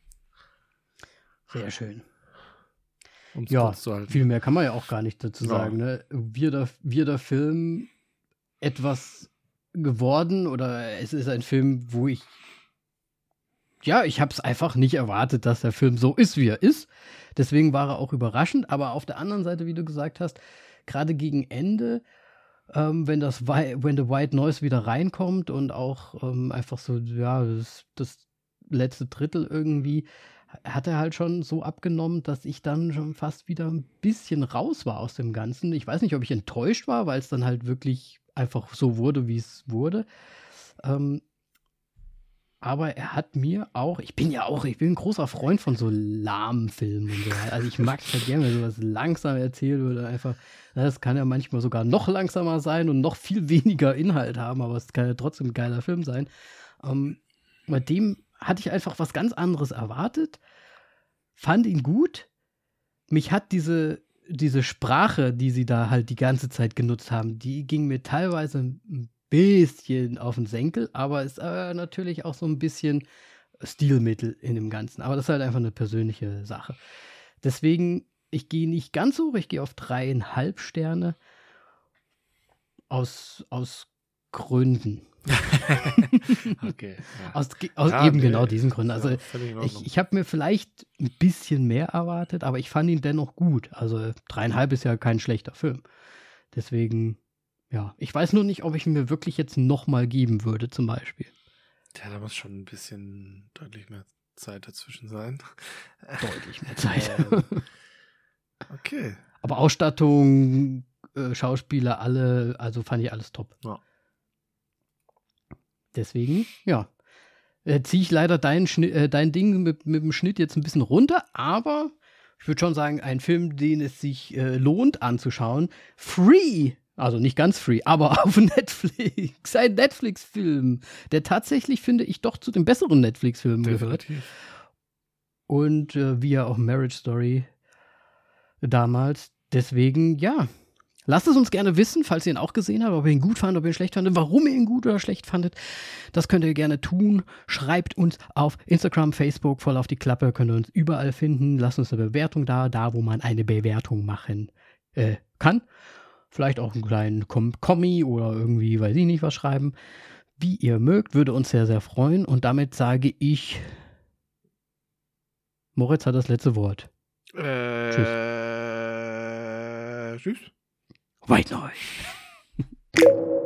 Sehr schön. Ja, viel mehr kann man ja auch gar nicht dazu sagen. Ne? Wir der Film etwas geworden, oder es ist ein Film, wo ich habe es einfach nicht erwartet, dass der Film so ist, wie er ist. Deswegen war er auch überraschend. Aber auf der anderen Seite, wie du gesagt hast, gerade gegen Ende, wenn The White Noise wieder reinkommt und auch einfach so, das letzte Drittel irgendwie, hat er halt schon so abgenommen, dass ich dann schon fast wieder ein bisschen raus war aus dem Ganzen. Ich weiß nicht, ob ich enttäuscht war, weil es dann halt wirklich einfach so wurde, wie es wurde. Aber er hat mir auch, ich bin ein großer Freund von so lahmen Filmen und so. Also ich mag es halt gerne, wenn sowas langsam erzählt wird. Einfach, das kann ja manchmal sogar noch langsamer sein und noch viel weniger Inhalt haben, aber es kann ja trotzdem ein geiler Film sein. Bei dem hatte ich einfach was ganz anderes erwartet, fand ihn gut. Mich hat diese Sprache, die sie da halt die ganze Zeit genutzt haben, die ging mir teilweise ein bisschen auf den Senkel, aber ist natürlich auch so ein bisschen Stilmittel in dem Ganzen. Aber das ist halt einfach eine persönliche Sache. Deswegen, ich gehe nicht ganz hoch, ich gehe auf 3,5 Sterne aus Gründen. Okay. Ja. Aus genau diesen Gründen. Also ich habe mir vielleicht ein bisschen mehr erwartet, aber ich fand ihn dennoch gut. Also 3,5 ist ja kein schlechter Film. Deswegen, ja. Ich weiß nur nicht, ob ich ihn mir wirklich jetzt nochmal geben würde, zum Beispiel. Ja, da muss schon ein bisschen deutlich mehr Zeit dazwischen sein. Deutlich mehr Zeit. Okay. Aber Ausstattung, Schauspieler, alle, also fand ich alles top. Ja. Deswegen, ja, ziehe ich leider dein Ding mit dem Schnitt jetzt ein bisschen runter, aber ich würde schon sagen, ein Film, den es sich lohnt anzuschauen. Free, also nicht ganz free, aber auf Netflix. Ein Netflix-Film, der tatsächlich, finde ich, doch zu den besseren Netflix-Filmen gehört. Und wie ja auch Marriage Story damals. Deswegen, ja. Lasst es uns gerne wissen, falls ihr ihn auch gesehen habt, ob ihr ihn gut fandet, ob ihr ihn schlecht fandet, warum ihr ihn gut oder schlecht fandet. Das könnt ihr gerne tun. Schreibt uns auf Instagram, Facebook, voll auf die Klappe, könnt ihr uns überall finden. Lasst uns eine Bewertung da wo man eine Bewertung machen kann. Vielleicht auch einen kleinen Kommi oder irgendwie, weiß ich nicht, was schreiben. Wie ihr mögt, würde uns sehr, sehr freuen. Und damit sage ich, Moritz hat das letzte Wort. Tschüss. Tschüss. White Noise.